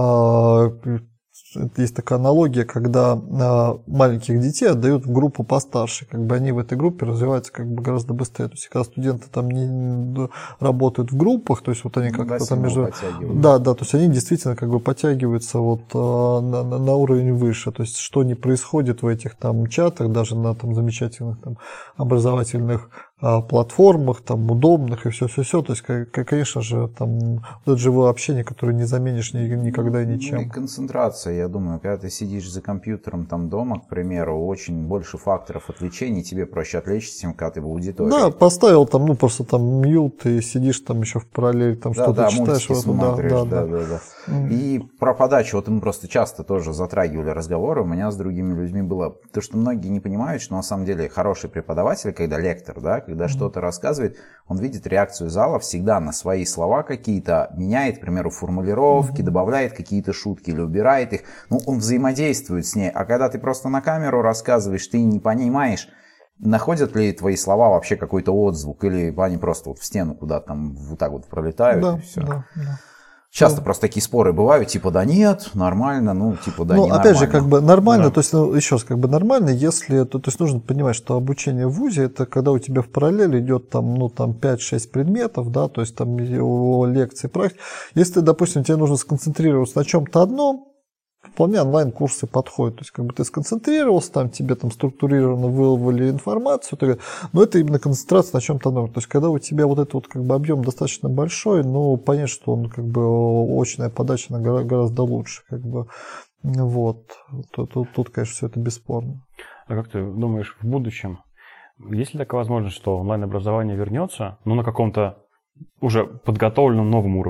есть такая аналогия, когда э, маленьких детей отдают в группу постарше, как бы они в этой группе развиваются, как бы, гораздо быстрее. То есть когда студенты там не работают в группах, то есть вот они как-то там между, да, да, то есть они действительно, как бы, подтягиваются вот э, на, на уровень выше. То есть что не происходит в этих там чатах, даже на там замечательных там образовательных платформах, там, удобных и все-все-все. То есть, конечно же, там, вот это живое общение, которое не заменишь никогда и ничем. Ну и концентрация, я думаю, когда ты сидишь за компьютером там дома, к примеру, очень больше факторов отвлечений, тебе проще отвлечься, чем когда ты в аудитории. Да, поставил там, ну, просто там мьют, и сидишь там еще в параллели, там да, что-то да, читаешь. Вот, смотришь, да, да, да, да, да. Mm. И про подачу, вот мы просто часто тоже затрагивали разговоры, у меня с другими людьми было, то, что многие не понимают, что на самом деле хороший преподаватель, когда лектор, да, когда mm-hmm. что-то рассказывает, он видит реакцию зала всегда на свои слова какие-то, меняет, к примеру, формулировки, mm-hmm. добавляет какие-то шутки или убирает их. Ну, он взаимодействует с ней. А когда ты просто на камеру рассказываешь, ты не понимаешь, находят ли твои слова вообще какой-то отзвук, или они просто вот в стену куда-то там вот так вот пролетают, да, и все. Да, да. Часто ну, просто такие споры бывают, типа, да нет, нормально, ну, типа, да, ну, не опять нормально. же, как бы нормально, да. то есть, ну, еще раз, как бы нормально, если, то, то есть, нужно понимать, что обучение в вузе, это когда у тебя в параллели идет там, ну, там, пять-шесть предметов, да, то есть, там, лекции, практики. Если, допустим, тебе нужно сконцентрироваться на чем-то одном, вполне онлайн-курсы подходят. То есть, как бы ты сконцентрировался, там тебе там структурированно выловили информацию, но это именно концентрация на чем-то одном. То есть, когда у тебя вот этот вот, как бы, объем достаточно большой, ну, понятно, что он, как бы, очная подача она гораздо лучше. Как бы, вот. Тут, тут, тут, конечно, все это бесспорно. А как ты думаешь, в будущем, есть ли такая возможность, что онлайн-образование вернется, ну, на каком-то уже подготовленном новом уровне?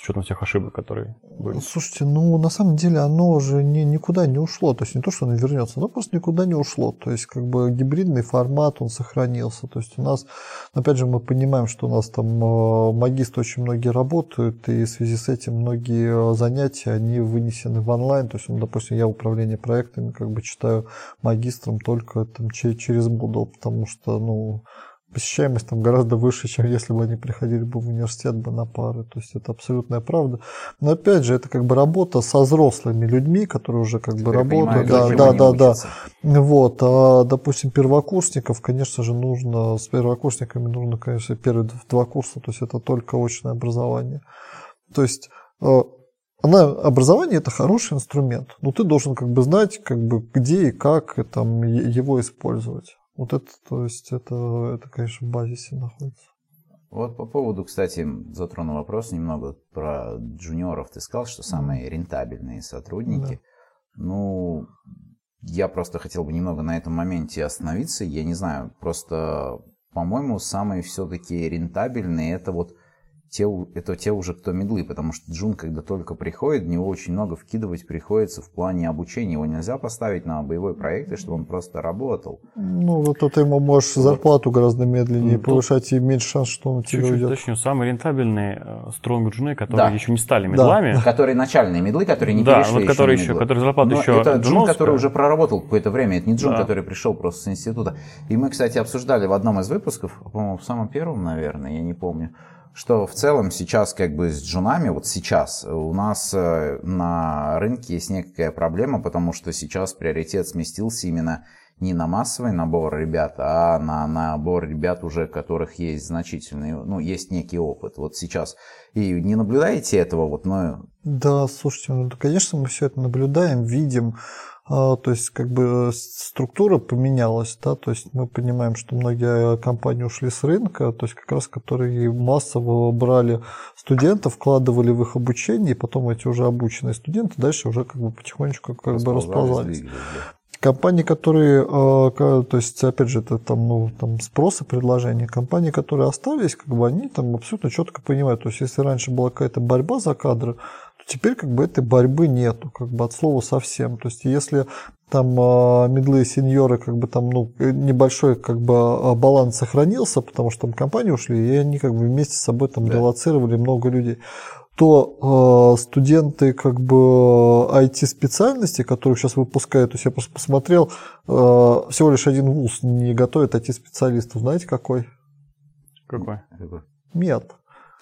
с учетом всех ошибок, которые были? Слушайте, ну, на самом деле оно же ни, никуда не ушло. То есть не то, что оно вернется, оно просто никуда не ушло. То есть как бы гибридный формат, он сохранился. То есть у нас, опять же, мы понимаем, что у нас там магистры очень многие работают, и в связи с этим многие занятия, они вынесены в онлайн. То есть, ну, допустим, я управление проектами как бы читаю магистром только там, через Moodle, потому что, ну, посещаемость там гораздо выше, чем если бы они приходили бы в университет бы на пары. То есть это абсолютная правда. Но опять же, это как бы работа со взрослыми людьми, которые уже как бы работают. Да, да, да, да. Вот. А, допустим, первокурсников, конечно же, нужно, с первокурсниками нужно, конечно, первые два курса, то есть это только очное образование. То есть она, образование это хороший инструмент, но ты должен как бы знать, как бы где и как и, там, его использовать. Вот это, то есть, это, это, конечно, в базисе находится. Вот по поводу, кстати, затронул вопрос немного про джуниоров. Ты сказал, что самые рентабельные сотрудники. Да. Ну, я просто хотел бы немного на этом моменте остановиться. Я не знаю, просто, по-моему, самые все-таки рентабельные это вот те, это те уже, кто мидлы, потому что джун, когда только приходит, в него очень много вкидывать приходится в плане обучения. Его нельзя поставить на боевой проект, чтобы он просто работал. Ну, вот это ему можешь вот. Зарплату гораздо медленнее ну, повышать, и меньше шанс, что он у тебя уйдет. Точнее, самые рентабельные стронг джуны, которые да. еще не стали мидлами. Да. Которые начальные мидлы, которые не да, перешли вот которые еще, которые зарплату еще это джун, который уже проработал какое-то время, это не джун, да. который пришел просто с института. И мы, кстати, обсуждали в одном из выпусков, по-моему, в самом первом, наверное, я не помню, что в целом сейчас как бы с джунами, вот сейчас у нас на рынке есть некая проблема, потому что сейчас приоритет сместился именно не на массовый набор ребят, а на набор ребят уже, у которых есть значительный, ну, есть некий опыт. Вот сейчас. И не наблюдаете этого? Вот, но... Да, слушайте, ну, конечно, мы все это наблюдаем, видим. То есть, как бы структура поменялась, да, то есть мы понимаем, что многие компании ушли с рынка, то есть как раз которые массово брали студентов, вкладывали в их обучение, и потом эти уже обученные студенты дальше уже как бы потихонечку как бы расползались. Компании, которые, то есть, опять же, это там, ну, там спрос и предложение, компании, которые остались, как бы они там абсолютно четко понимают, то есть, если раньше была какая-то борьба за кадры, то теперь как бы этой борьбы нету, как бы от слова совсем. То есть, если там мидлы и сеньоры, как бы там, ну, небольшой как бы баланс сохранился, потому что там компании ушли, и они как бы вместе с собой там да. релоцировали много людей, то э, студенты как бы ай ти-специальности, которых сейчас выпускают, то есть я просто посмотрел, э, всего лишь один вуз не готовит ай ти-специалистов. Знаете, какой? Какой? Мед.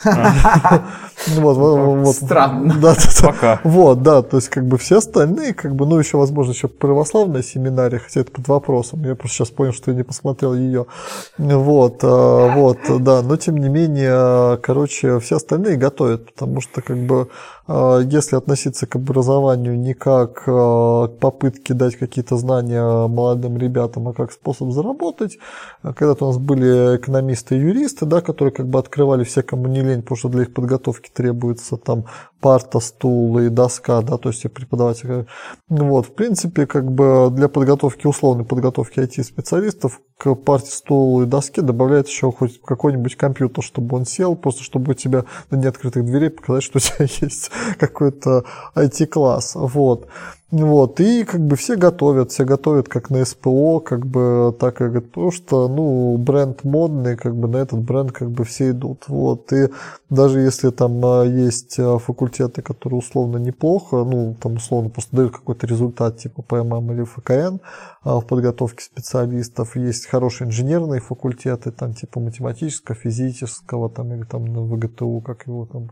Странно. Пока. Вот, да, то есть как бы все остальные, как бы, ну еще, возможно, еще православная семинария, хотя это под вопросом, я просто сейчас понял, что я не посмотрел ее. Вот, вот, да, но тем не менее, короче, все остальные готовят, потому что как бы если относиться к образованию не как к попытке дать какие-то знания молодым ребятам, а как способ заработать, когда-то у нас были экономисты и юристы, да, которые как бы открывали все, кому не лень, потому что для их подготовки требуется там парта, стул и доска, да, то есть и преподаватель. Вот, в принципе, как бы для подготовки, условной подготовки ай ти-специалистов к парте, стулу и доске добавляет еще хоть какой-нибудь компьютер, чтобы он сел, просто чтобы у тебя на неоткрытых дверей показать, что у тебя есть какой-то ай ти-класс. Вот. Вот, и как бы все готовят, все готовят как на эс пэ о, как бы так и говорят, потому что, ну, бренд модный, как бы на этот бренд как бы все идут, вот, и даже если там есть факультеты, которые условно неплохо, ну, там условно просто дают какой-то результат типа пэ эм эм или эф ка эн в подготовке специалистов, есть хорошие инженерные факультеты, там типа математического, физического, там, или там на вэ гэ тэ у, как его там,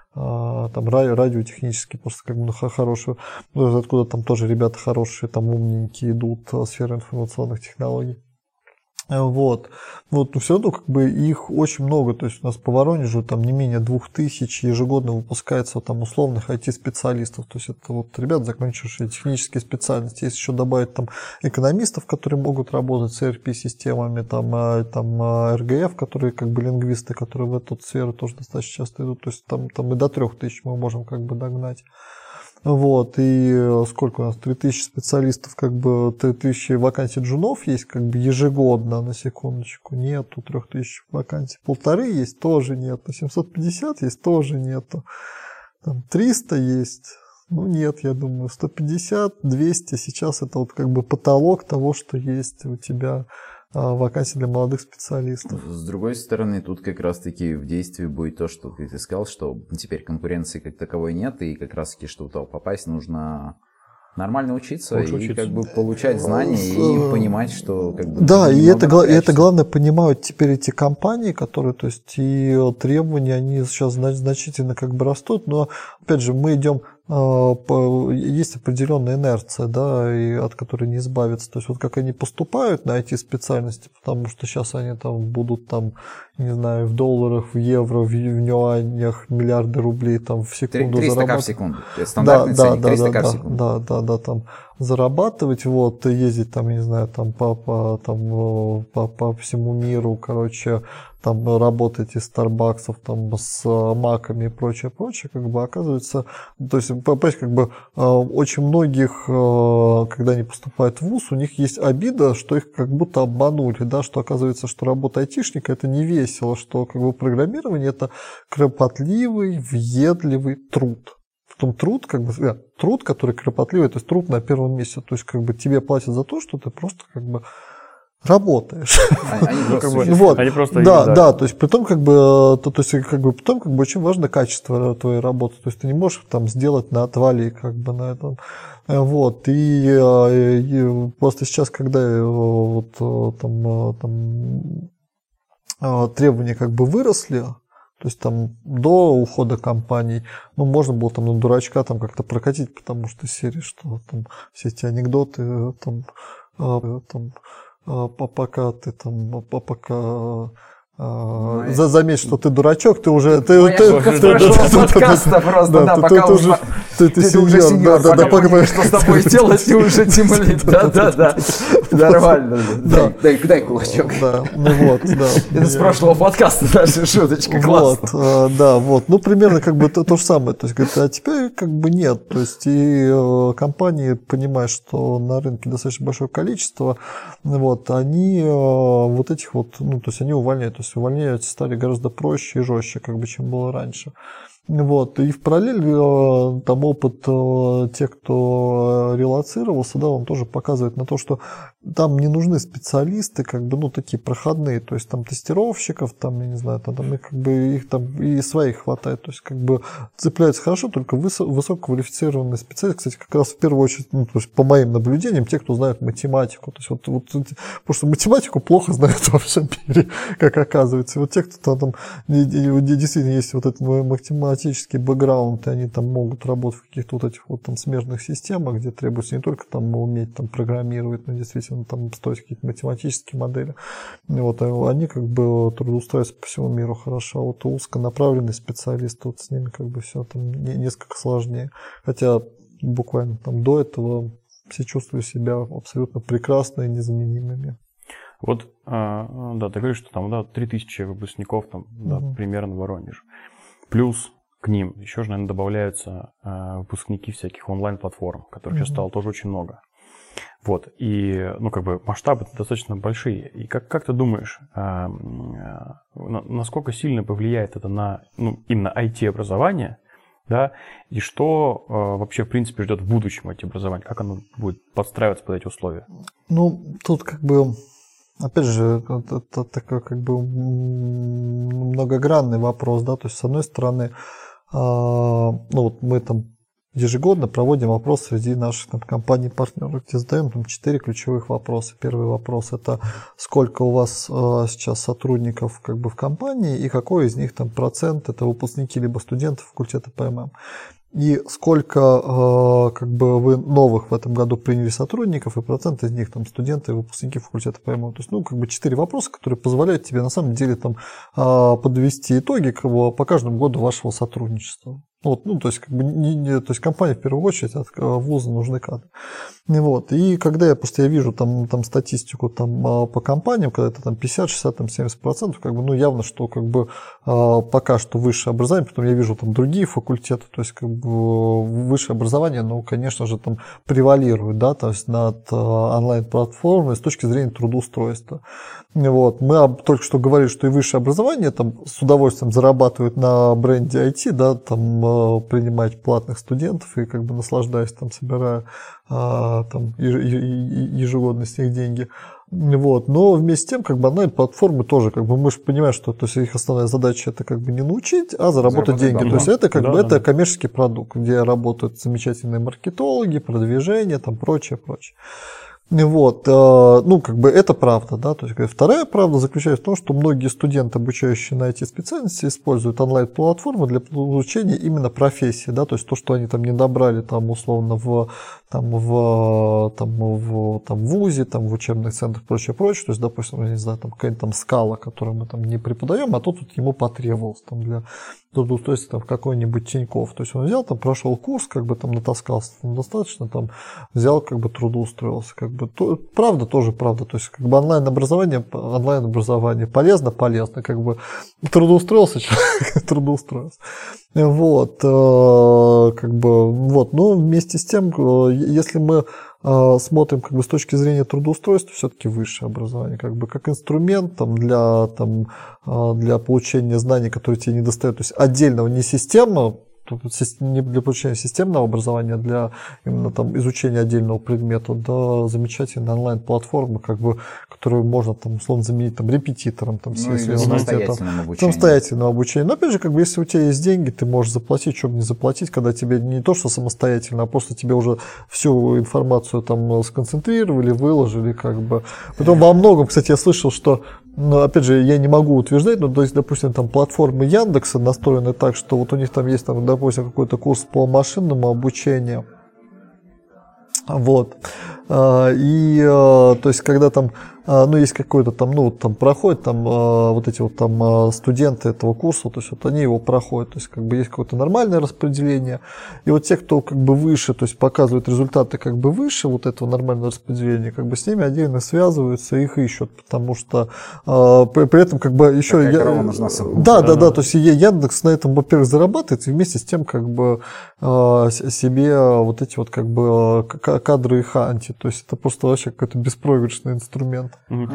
там радиотехнический, просто как бы ну, хороший, откуда там тоже ребята хорошие, там умненькие идут, сфера информационных технологий. Вот, вот, но все равно как бы их очень много, то есть у нас по Воронежу там не менее двух тысяч ежегодно выпускается там условных ай ти-специалистов, то есть это вот ребята, закончившие технические специальности, если еще добавить там экономистов, которые могут работать с и эр пи-системами, там, там эр гэ эф, которые как бы лингвисты, которые в эту сферу тоже достаточно часто идут, то есть там, там и до трех тысяч мы можем как бы догнать. Вот, и сколько у нас, три тысячи специалистов, как бы три тысячи вакансий джунов есть, как бы ежегодно, на секундочку, нету, три тысячи вакансий, полторы есть, тоже нет, на семьсот пятьдесят есть, тоже нету. там триста есть. Ну нет, я думаю, сто пятьдесят, двести сейчас это вот как бы потолок того, что есть у тебя вакансий для молодых специалистов. С другой стороны, тут как раз-таки в действии будет то, что ты сказал, что теперь конкуренции как таковой нет, и как раз-таки, чтобы туда попасть, нужно нормально учиться Лучше и учиться. как бы получать знания и понимать, что как бы... Да, и это, и это главное понимают теперь эти компании, которые, то есть и требования, они сейчас значительно как бы растут, но опять же мы идем, есть определенная инерция, да, и от которой не избавиться. То есть вот как они поступают на ай ти-специальности, потому что сейчас они там будут там, не знаю, в долларах, в евро, в юанях миллиарды рублей там в секунду триста ка в зарабатывать. секунду. Это стандартный да, ценник, да, триста да, ка в да, секунду. да, да, да, там зарабатывать, вот, ездить там, не знаю, там по, по, там, по, по всему миру, короче, там работать из Старбаксов, там с маками и прочее, прочее, как бы оказывается, то есть, понимаете, как бы очень многих, когда они поступают в вуз, у них есть обида, что их как будто обманули, да, что оказывается, что работа айтишника это не весело, что как бы программирование это кропотливый, въедливый труд. Потом труд, как бы, э, труд, который кропотливый, то есть труд на первом месте. То есть, как бы тебе платят за то, что ты просто как бы работаешь. Они просто вот. Они просто да, да. да, то есть потом как бы, то, то есть как бы потом как бы очень важно качество твоей работы. То есть ты не можешь там сделать на отвале как бы на этом. Вот. И, и просто сейчас, когда вот там, там требования как бы выросли. То есть там до ухода компаний, ну, можно было там на дурачка там как-то прокатить, потому что серии, что там все эти анекдоты, там, там пока ты там, пока Ну, за, заметь, что ты дурачок, ты уже... Ты, Моя ты, шутка ты, с прошлого ты- подкаста просто, да, да, ты- пока ты уже... уже- ты- ты Ты уже сеньор, сеньор, да, да, пока да, пока- поняли, что с тобой делать, ты уже тимлид. Да-да-да, нормально. Да. Дай дай кулачок. Да, ну вот, да. Это с прошлого подкаста наша шуточка, классно. Вот, э, да, вот. Ну, примерно как бы то, то же самое. То есть, говорит, а теперь как бы нет. То есть, и э, компании, понимая, что на рынке достаточно большое количество, вот, они э, вот этих вот, ну, то есть, они увольняют. То есть, увольняют стали гораздо проще и жестче, как бы, чем было раньше. Вот. И в параллель э, там опыт э, тех, кто релоцировался, да, он тоже показывает на то, что там не нужны специалисты, как бы, ну, такие проходные, то есть там тестировщиков, там, я не знаю, там, там их, как бы, их там и своих хватает, то есть как бы цепляются хорошо только высо- высококвалифицированные специалисты, кстати, как раз в первую очередь, ну, то есть по моим наблюдениям, те, кто знают математику, то есть вот, вот потому что математику плохо знают во всем мире, как оказывается, и вот те, кто там, действительно есть вот этот математический бэкграунд, и они там могут работать в каких-то вот этих вот там смежных системах, где требуется не только там уметь там программировать, но действительно там строить какие-то математические модели. Вот, они как бы трудоустраиваются по всему миру хорошо. А вот узконаправленные специалисты, вот с ними как бы все там несколько сложнее. Хотя буквально там до этого все чувствуют себя абсолютно прекрасно и незаменимыми. Вот, а, да, ты говоришь, что там, да, три тысячи выпускников там, да, Угу. примерно в Воронеже. Плюс к ним еще же, наверное, добавляются а, выпускники всяких онлайн-платформ, которых сейчас Мгм. стало тоже очень много. Вот, и, ну, как бы, масштабы достаточно большие. И как, как ты думаешь, а, а, на- насколько сильно повлияет это на, ну, именно ай ти-образование, да, и что а, вообще, в принципе, ждет в будущем ай ти-образования, как оно будет подстраиваться под эти условия? Ну, тут как бы, опять же, это, это такой как бы м, многогранный вопрос, да, то есть с одной стороны, а, ну вот мы там ежегодно проводим опрос среди наших там, компаний-партнеров, где задаем там четыре ключевых вопроса. Первый вопрос – это сколько у вас э, сейчас сотрудников как бы в компании и какой из них там процент – это выпускники либо студенты факультета пэ эм эм. И сколько э, как бы вы новых в этом году приняли сотрудников, и процент из них там студенты и выпускники факультета пэ эм эм. То есть, ну, как бы четыре вопроса, которые позволяют тебе на самом деле там э, подвести итоги как бы, по каждому году вашего сотрудничества. Вот, ну, то есть, как бы, не, не, то есть компании в первую очередь от вуза нужны кадры. И, вот, и когда я просто я вижу там, там статистику там, по компаниям, когда это там пятьдесят, шестьдесят, семьдесят процентов, как бы, ну, явно, что как бы, пока что высшее образование, потом я вижу там другие факультеты, то есть как бы, высшее образование, ну, конечно же, там превалирует, да, то есть над онлайн-платформой с точки зрения трудоустройства. И, вот, мы только что говорили, что и высшее образование там с удовольствием зарабатывают на бренде ай ти, да, там принимать платных студентов и как бы наслаждаясь, там, собирая там, ежегодно с них деньги. Вот. Но вместе с тем, как бы онлайн-платформы тоже, как бы мы же понимаем, что то есть, их основная задача это как бы не научить, а заработать, заработать деньги. Да, то есть это как да, бы да, это да. коммерческий продукт, где работают замечательные маркетологи, продвижение, там прочее, прочее. Вот, ну, как бы это правда, да, то есть вторая правда заключается в том, что многие студенты, обучающие на эти специальности, используют онлайн-платформы для получения именно профессии, да, то есть то, что они там не добрали там условно в там в там в там в вузе, там в учебных центрах, прочее, прочее, то есть, допустим, я не знаю, там какая-нибудь там скала, которую мы там не преподаем, а то тут ему потребовалось там для трудоустройства там в какой-нибудь Тинькофф, то есть он взял там прошел курс, как бы там натаскался там, достаточно, там взял как бы трудоустроился, как бы то, правда тоже правда, то есть как бы онлайн образование онлайн образование полезно полезно, как бы трудоустроился человек, трудоустроился. Вот, как бы, вот, но вместе с тем, если мы смотрим как бы с точки зрения трудоустройства, все-таки высшее образование, как бы как инструмент там, для, там, для получения знаний, которые тебе не достают, то есть отдельного не системного, не для получения системного образования, а для именно там изучения отдельного предмета, да, замечательная онлайн-платформа, как бы, которую можно там условно заменить там репетитором, там, ну, если самостоятельным обучением. Самостоятельным обучением. Но опять же, как бы, если у тебя есть деньги, ты можешь заплатить, чтобы не заплатить, когда тебе не то, что самостоятельно, а просто тебе уже всю информацию там сконцентрировали, выложили, как бы. Потом во многом, кстати, я слышал, что но, опять же, я не могу утверждать, но, то есть, допустим, там платформы Яндекса настроены так, что вот у них там есть, там, допустим, какой-то курс по машинному обучению. Вот. И, то есть, когда там, ну, есть какой-то там, ну, там проходит там вот эти вот там студенты этого курса, то есть, вот они его проходят, то есть, как бы есть какое-то нормальное распределение, и вот те, кто как бы выше, то есть, показывают результаты как бы выше вот этого нормального распределения, как бы с ними отдельно связываются, их ищут, потому что при, при этом как бы еще... Я, нужна да, да, да, то есть, Яндекс на этом, во-первых, зарабатывает, и вместе с тем как бы себе вот эти вот как бы кадры и ханти, то есть, это просто вообще какой-то беспроигрышный инструмент. Mm-hmm.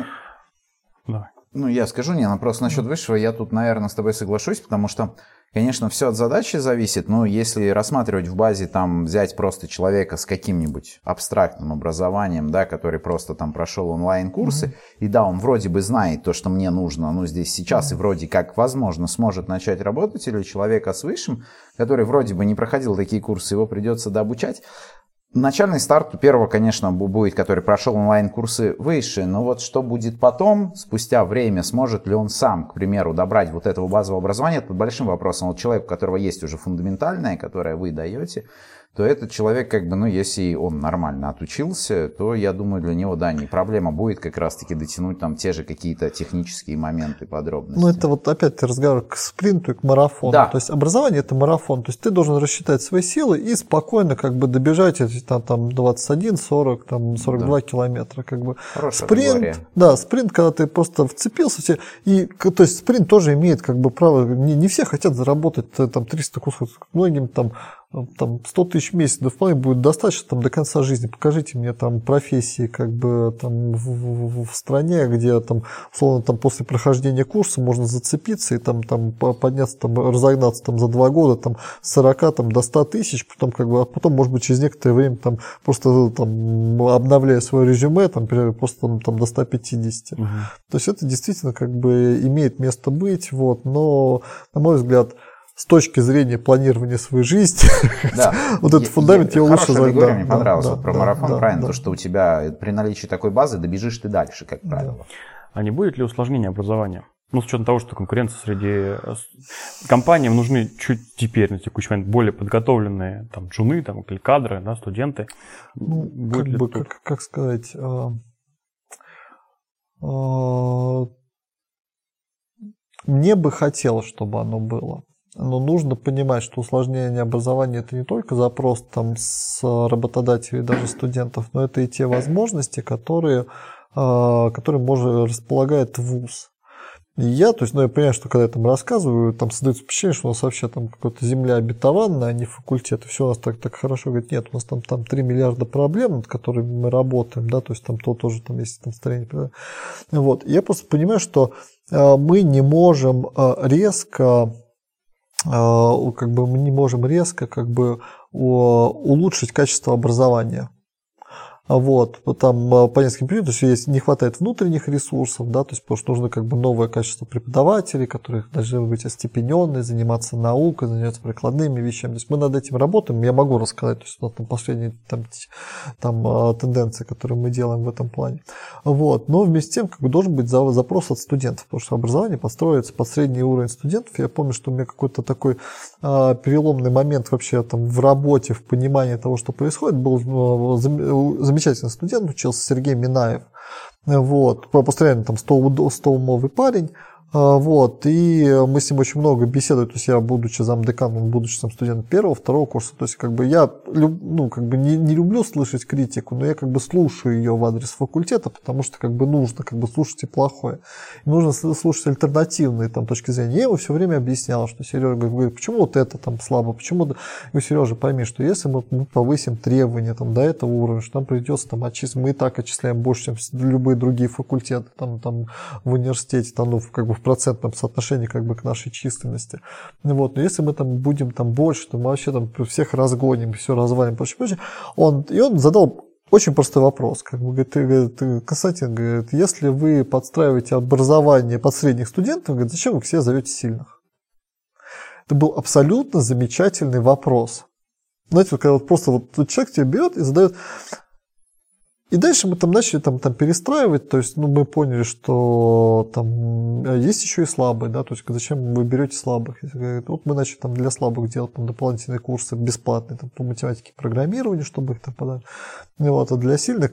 Давай. Ну, я скажу, не, ну просто насчет высшего я тут, наверное, с тобой соглашусь, потому что, конечно, все от задачи зависит, но если рассматривать в базе, там, взять просто человека с каким-нибудь абстрактным образованием, да, который просто там прошел онлайн-курсы, mm-hmm. и да, он вроде бы знает то, что мне нужно, ну, здесь сейчас, mm-hmm. и вроде как, возможно, сможет начать работать, или человека с высшим, который вроде бы не проходил такие курсы, его придется дообучать. Начальный старт у первого, конечно, будет, который прошел онлайн-курсы выше, но вот что будет потом, спустя время, сможет ли он сам, к примеру, добрать вот этого базового образования, это под большим вопросом. Вот человек, у которого есть уже фундаментальное, которое вы даете, то этот человек, как бы, ну, если он нормально отучился, то, я думаю, для него, да, не проблема будет как раз-таки дотянуть там те же какие-то технические моменты, подробности. Ну, это вот опять разговор к спринту и к марафону. Да. То есть образование – это марафон. То есть ты должен рассчитать свои силы и спокойно как бы добежать эти там, там двадцать один, сорок, там сорок два да. километра. Как бы. Хорошая спринт, категория. Да, спринт, когда ты просто вцепился, и, то есть спринт тоже имеет как бы право, не, не все хотят заработать там триста кусков, многим там там сто тысяч в месяц, да вполне будет достаточно там до конца жизни. Покажите мне там профессии как бы там в, в, в стране, где там условно там после прохождения курса можно зацепиться и там, там подняться, там разогнаться там за два года там с сорока там до ста тысяч, потом как бы, а потом может быть через некоторое время там просто там обновляя свое резюме там просто там, там до ста пятидесяти. Угу. То есть это действительно как бы имеет место быть, вот, но на мой взгляд с точки зрения планирования своей жизни, да. вот этот фундамент я, я лучше задать. Хорошая мне да, понравилось да, вот про да, марафон, да, правильно, да. то, что у тебя при наличии такой базы добежишь ты дальше, как правило. Да. А не будет ли усложнения образования? Ну, с учетом того, что конкуренция среди компаниям нужны чуть теперь на текущий момент более подготовленные там джуны там, или кадры, да, студенты. Ну, как бы, как, как сказать... А, а, мне бы хотелось, чтобы оно было. Но нужно понимать, что усложнение образования – это не только запрос там, с работодателей, даже студентов, но это и те возможности, которые, которые может, располагает вуз. И я, то есть, ну, я понимаю, что когда я там рассказываю, там создается впечатление, что у нас вообще там какая-то земля обетованная, а не факультет, и все у нас так, так хорошо. Говорит, нет, у нас там, там три миллиарда проблем, над которыми мы работаем, да, то есть там то тоже там есть там строение. Вот. И я просто понимаю, что э, мы не можем э, резко как бы мы не можем резко как бы улучшить качество образования. Вот, там по нескольким причинам, то есть если не хватает внутренних ресурсов, да, то есть потому что нужно как бы новое качество преподавателей, которые должны быть остепененные, заниматься наукой, заниматься прикладными вещами. То есть мы над этим работаем, я могу рассказать, то есть вот, там последние там, там, тенденции, которые мы делаем в этом плане. Вот, но вместе с тем как бы должен быть запрос от студентов, потому что образование подстроится под средний уровень студентов. Я помню, что у меня какой-то такой а, переломный момент вообще там в работе, в понимании того, что происходит, был замечательный замечательный студент, учился Сергей Минаев, вот, постоянно там сто-умовый парень, вот, и мы с ним очень много беседовали, то есть я, будучи замдеканом, будучи там студентом первого, второго курса, то есть как бы я, ну, как бы не, не люблю слышать критику, но я как бы слушаю ее в адрес факультета, потому что как бы нужно как бы слушать и плохое. И нужно слушать альтернативные там точки зрения. Я ему все время объяснял, что Сережа говорит, почему вот это там слабо, почему... Я говорю, Сережа, пойми, что если мы, мы повысим требования там до этого уровня, что нам придется там отчислить, мы и так отчисляем больше, чем любые другие факультеты там, там в университете, там, ну, как бы в процентном соотношении как бы к нашей численности. Вот. Но если мы там будем там больше, то мы вообще там всех разгоним, все развалим, прочее, прочее. Он, и он задал очень простой вопрос. Как бы, говорит, Константин, говорит, если вы подстраиваете образование под средних студентов, говорит, зачем вы к себе зовете сильных? Это был абсолютно замечательный вопрос. Знаете, когда вот просто вот человек тебя берет и задает... И дальше мы там начали там, там перестраивать, то есть ну, мы поняли, что там есть еще и слабые, да, то есть зачем вы берете слабых? Вот мы начали там для слабых делать там, дополнительные курсы бесплатные там, по математике и программированию, чтобы их там подать. Вот, а для сильных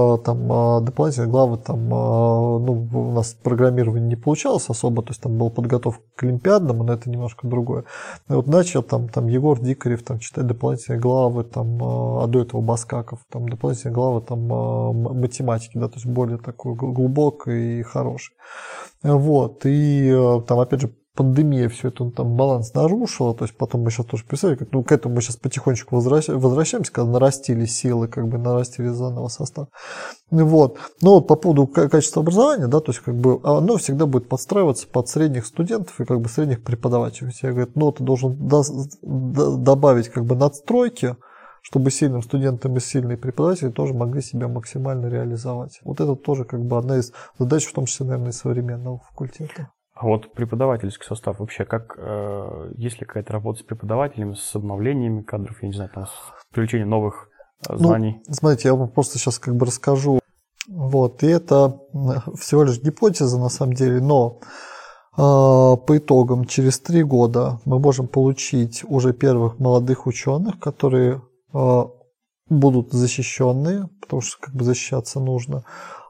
там дополнительные главы там, ну, у нас программирование не получалось особо, то есть там была подготовка к олимпиадному, но это немножко другое. И вот начал там, там Егор Дикарев там, читать дополнительные главы, там, а до этого Баскаков, там дополнительные главы там, математики, да, то есть более такой глубокой и хорошей. Вот, и там, опять же, пандемия все это там баланс нарушила, то есть потом мы сейчас тоже писали, как, ну, к этому мы сейчас потихонечку возвращаемся, когда нарастили силы, как бы нарастили заново состав. Вот. Но вот по поводу качества образования, да, то есть как бы оно всегда будет подстраиваться под средних студентов и как бы средних преподавателей. Я говорю, ну, ты должен добавить как бы надстройки, чтобы сильным студентам и сильные преподаватели тоже могли себя максимально реализовать. Вот это тоже как бы одна из задач, в том числе, наверное, современного факультета. А вот преподавательский состав вообще, как, э, есть ли какая-то работа с преподавателями, с обновлениями кадров, я не знаю, там, с привлечением новых э, знаний? Ну, смотрите, я вам просто сейчас как бы расскажу. Вот, и это всего лишь гипотеза на самом деле, но э, по итогам через три года мы можем получить уже первых молодых ученых, которые будут защищенные, потому что как бы защищаться нужно.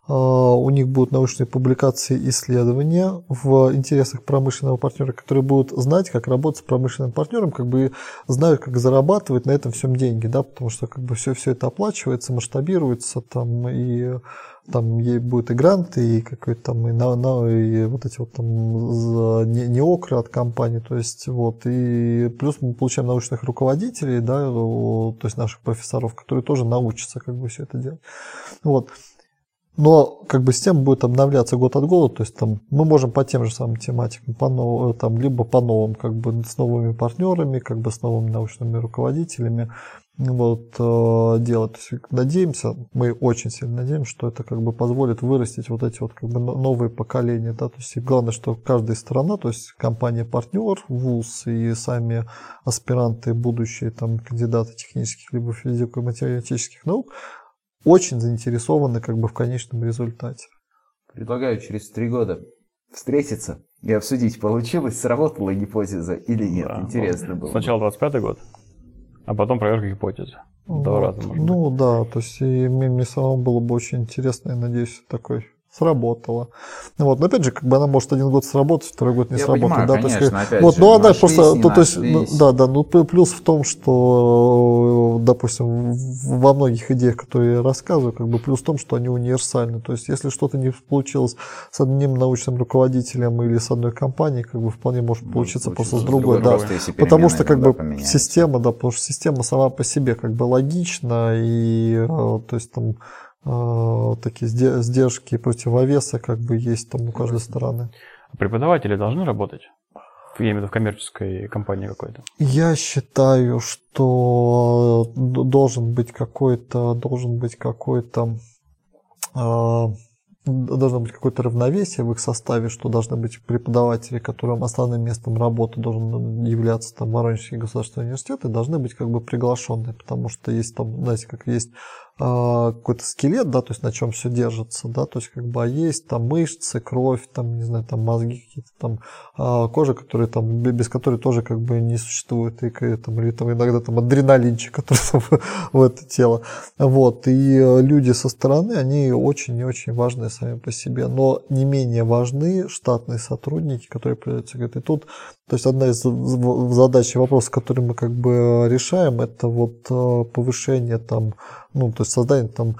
У них будут научные публикации и исследования в интересах промышленного партнера, которые будут знать, как работать с промышленным партнером, как бы знают, как зарабатывать на этом всем деньги, да, потому что как бы все, все это оплачивается, масштабируется, там, и там ей будет и гранты, и какой-то там, и, на, на, и вот эти вот там не, не окры от компании, то есть вот, и плюс мы получаем научных руководителей, да, то есть наших профессоров, которые тоже научатся как бы все это делать. Вот. Но как бы система будет обновляться год от года, то есть там мы можем по тем же самым тематикам, по новым, там, либо по новым, как бы с новыми партнерами, как бы с новыми научными руководителями вот, э, делать. То есть, надеемся, мы очень сильно надеемся, что это как бы позволит вырастить вот эти вот как бы новые поколения. Да? То есть, и главное, что каждая сторона, то есть компания-партнер, вуз и сами аспиранты, будущие там, кандидаты технических либо физико-математических наук, очень заинтересованы как бы в конечном результате. Предлагаю через три года встретиться и обсудить, получилось, сработала гипотеза или нет. Да, интересно было. Сначала двадцать пятый год, а потом проверка гипотезы. Два вот. раза, может Ну быть. да, то есть и мне, мне самому было бы очень интересно, я надеюсь, такой сработала. Вот. Но опять же, как бы она может один год сработать, второй год не Я сработать. Понимаю, да, конечно, то есть, опять вот, же, ну, она нашлись, просто, не то, то есть, ну, нашлись. да, да, ну плюс в том, что, допустим, во многих идеях, которые я рассказываю, как бы плюс в том, что они универсальны. То есть, если что-то не получилось с одним научным руководителем или с одной компанией, как бы вполне может получиться просто с другой, да. Потому что как бы поменяется. Система, да, потому что система сама по себе как бы логична и, то есть там такие сдержки и противовесы как бы есть там у каждой стороны. Преподаватели должны работать я имею в виду в коммерческой компании какой-то? Я считаю, что должен быть какой-то, должен быть какой-то, э, должно быть какое-то равновесие в их составе, что должны быть преподаватели, которым основным местом работы должен являться там Воронежский государственный университет, и должны быть как бы приглашенные, потому что есть там, знаете, как есть какой-то скелет, да, то есть на чем все держится, да, то есть как бы а есть там мышцы, кровь, там, не знаю, там мозги какие-то, там а, кожа, которая там, без которой тоже как бы не существует, и, там, или там иногда там адреналинчик, который там в это тело, вот, и люди со стороны, они очень и очень важны сами по себе, но не менее важны штатные сотрудники, которые придется говорить, и тут, то есть одна из задач и вопросов, которые мы как бы решаем, это вот повышение там, ну, то есть создание там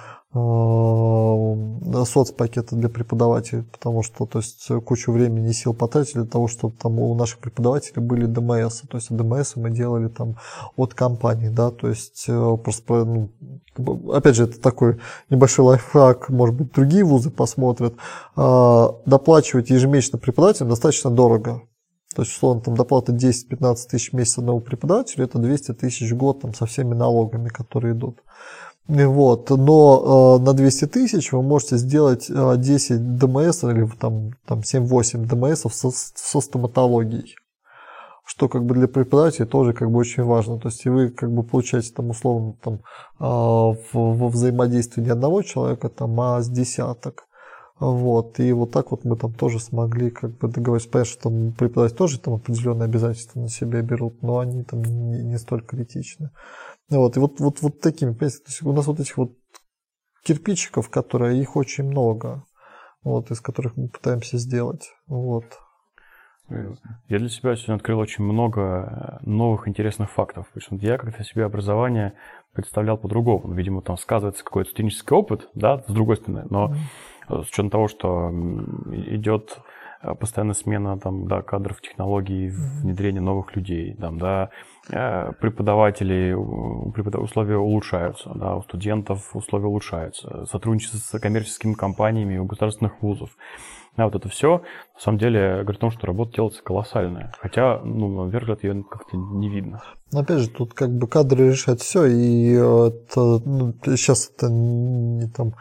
э, соцпакета для преподавателей, потому что, то есть, кучу времени и сил потратили для того, чтобы там у наших преподавателей были ДМС, то есть ДМС мы делали там от компаний, да, то есть э, просто, ну, опять же, это такой небольшой лайфхак, может быть, другие вузы посмотрят, э, доплачивать ежемесячно преподавателям достаточно дорого. То есть, условно, там доплата десять-пятнадцать тысяч в месяц одного преподавателя, это двести тысяч в год там, со всеми налогами, которые идут. Вот. Но э, на двести тысяч вы можете сделать э, десять ДМС или там, там семь-восемь ДМСов со, со стоматологией, что как бы для преподавателей тоже как бы очень важно. То есть и вы как бы получаете там условно там, э, во взаимодействии не одного человека, там, а с десяток. Вот, и вот так вот мы там тоже смогли как бы договориться. Понятно, что там преподаватели тоже там определенные обязательства на себя берут, но они там не, не столь критичны. Вот, и вот, вот, вот такими, понимаете, то есть у нас вот этих вот кирпичиков, которые, их очень много, вот, из которых мы пытаемся сделать. Вот. Я для себя сегодня открыл очень много новых интересных фактов. Причем я как-то себе образование представлял по-другому. Видимо, там сказывается какой-то студенческий опыт, да, с другой стороны, но с учетом того, что идет постоянная смена там, да, кадров, технологий, внедрение новых людей, там, да, преподавателей, условия улучшаются, да, у студентов условия улучшаются, сотрудничество с коммерческими компаниями у государственных вузов. Да, вот это все, на самом деле, говорит о том, что работа делается колоссальная. Хотя, ну, на первый взгляд, ее как-то не видно. Но опять же, тут как бы кадры решают все, и это, ну, сейчас это не там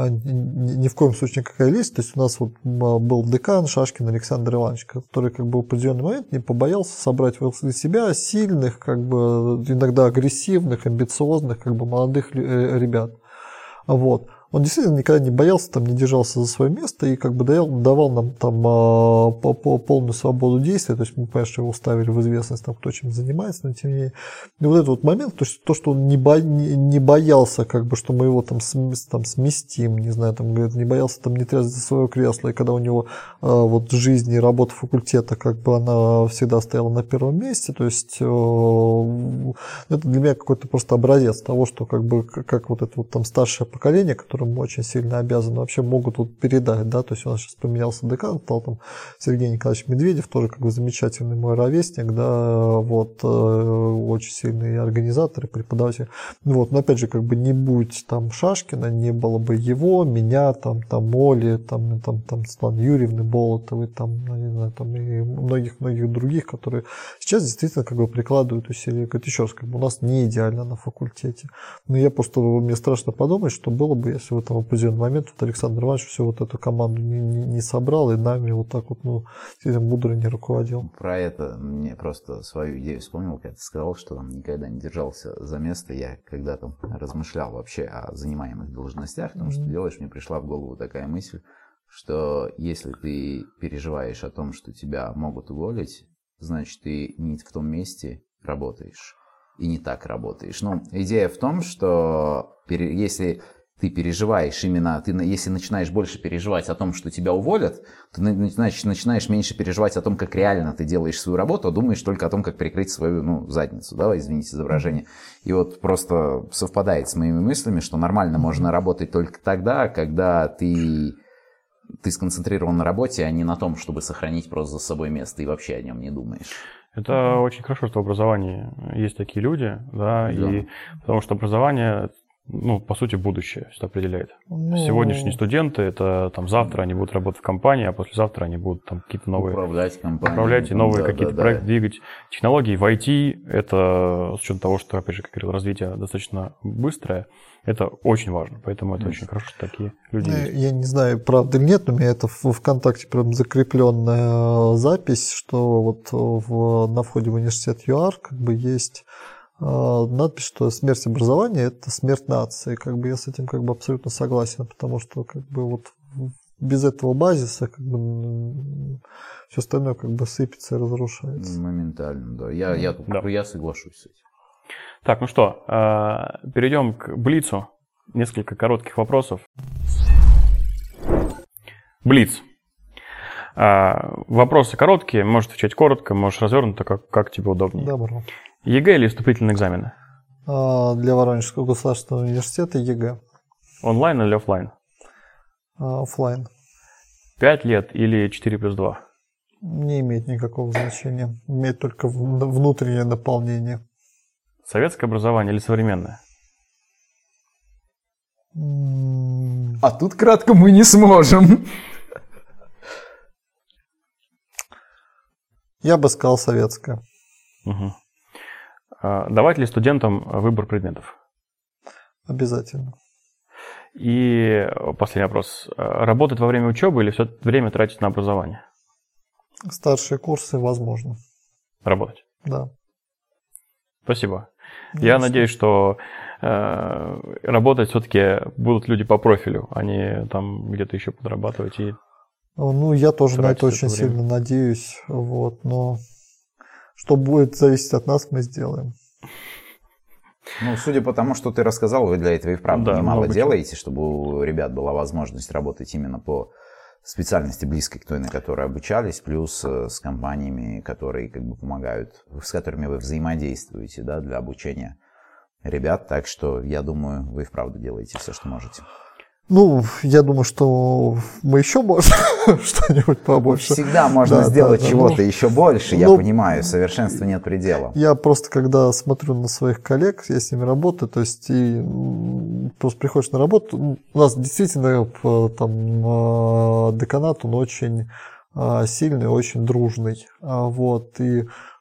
ни, ни в коем случае никакая лезть. То есть у нас вот был декан Шашкин Александр Иванович, который как бы в определенный момент не побоялся собрать возле себя сильных, как бы иногда агрессивных, амбициозных, как бы молодых ребят. Вот. Он действительно никогда не боялся, там, не держался за свое место и как бы давал, давал нам там по, по, полную свободу действия. То есть мы, конечно, его ставили в известность, там, кто чем занимается, но тем не менее. И вот этот вот момент, то, есть, то что он не, бо, не, не боялся, как бы, что мы его там, там сместим, не знаю, там, говорит, не боялся там не трясти за свое кресло. И когда у него а, вот жизнь и работа факультета, как бы она всегда стояла на первом месте, то есть а, это для меня какой-то просто образец того, что как бы как вот это вот там старшее поколение, которое мы очень сильно обязаны, вообще могут вот передать, да, то есть у нас сейчас поменялся декан, стал там Сергей Николаевич Медведев, тоже как бы замечательный мой ровесник, да, вот, очень сильный организатор и преподаватель, вот, но опять же, как бы не будь там Шашкина, не было бы его, меня, там, там, Оли, там, там, там, Светланы Юрьевны Болотовой, там, ну, не знаю, там, и многих-многих других, которые сейчас действительно как бы прикладывают усилия. Говорит, еще раз, как бы у нас не идеально на факультете, но я просто, мне страшно подумать, что было бы, если в этом определенный момент вот Александр Иванович всю вот эту команду не, не, не собрал и нами вот так вот, ну, сильно мудро не руководил. Про это мне просто свою идею вспомнил, когда ты сказал, что там никогда не держался за место. Я когда-то размышлял вообще о занимаемых должностях, потому что делаешь, мне пришла в голову такая мысль, что если ты переживаешь о том, что тебя могут уволить, значит, ты не в том месте работаешь и не так работаешь. Ну, идея в том, что если ты переживаешь именно, ты если начинаешь больше переживать о том, что тебя уволят, ты значит, начинаешь меньше переживать о том, как реально ты делаешь свою работу, а думаешь только о том, как прикрыть свою, ну, задницу, да, извините за выражение. И вот просто совпадает с моими мыслями, что нормально можно работать только тогда, когда ты, ты сконцентрирован на работе, а не на том, чтобы сохранить просто за собой место и вообще о нем не думаешь. Это очень хорошо, что в образовании есть такие люди, да, и потому что образование ну, по сути, будущее все определяет. Ну, Сегодняшние студенты, это там завтра они будут работать в компании, а послезавтра они будут там какие-то новые... Управлять компанией. Управлять и новые да, какие-то да, проекты да. двигать. Технологии в ай ти, это с учетом того, что, опять же, как я говорил, развитие достаточно быстрое, это очень важно. Поэтому это mm. очень хорошо, что такие люди я, есть. Я не знаю, правда или нет, но у меня это в ВКонтакте прям закрепленная запись, что вот в, на входе в университет ЮАР как бы есть надпись, что смерть образования – это смерть нации. Как бы я с этим как бы абсолютно согласен, потому что как бы вот без этого базиса как бы все остальное как бы сыпется и разрушается. Моментально, да. Я, я, да. я соглашусь с этим. Так, ну что, перейдем к Блицу. Несколько коротких вопросов. Блиц. Вопросы короткие, можешь отвечать коротко, можешь развернуто, как, как тебе удобнее. Добро. ЕГЭ или вступительные экзамены? Для Воронежского государственного университета ЕГЭ. Онлайн или офлайн? Офлайн. Пять лет или четыре плюс два? Не имеет никакого значения. Имеет только внутреннее наполнение. Советское образование или современное? А тут кратко мы не сможем. Я бы сказал советское. Угу. Давать ли студентам выбор предметов? Обязательно. И последний вопрос. Работать во время учебы или все время тратить на образование? Старшие курсы возможно. Работать? Да. Спасибо. Ну, Я что? надеюсь, что э, работать все-таки будут люди по профилю, а не там где-то еще подрабатывать. И ну, я тоже на это очень это сильно надеюсь. Вот, но что будет зависеть от нас, мы сделаем. Ну, судя по тому, что ты рассказал, вы для этого и вправду да, немало делаете, чего. Чтобы у ребят была возможность работать именно по специальности, близкой к той, на которой обучались, плюс с компаниями, которые как бы помогают, с которыми вы взаимодействуете, да, для обучения ребят. Так что, я думаю, вы и вправду делаете все, что можете. Ну, я думаю, что мы еще можем что-нибудь побольше. Всегда можно да, сделать да, чего-то ну, еще больше, я ну, понимаю, совершенству нет предела. Я просто, когда смотрю на своих коллег, я с ними работаю, то есть и просто приходишь на работу, у нас действительно там деканат, он очень сильный, очень дружный, вот, и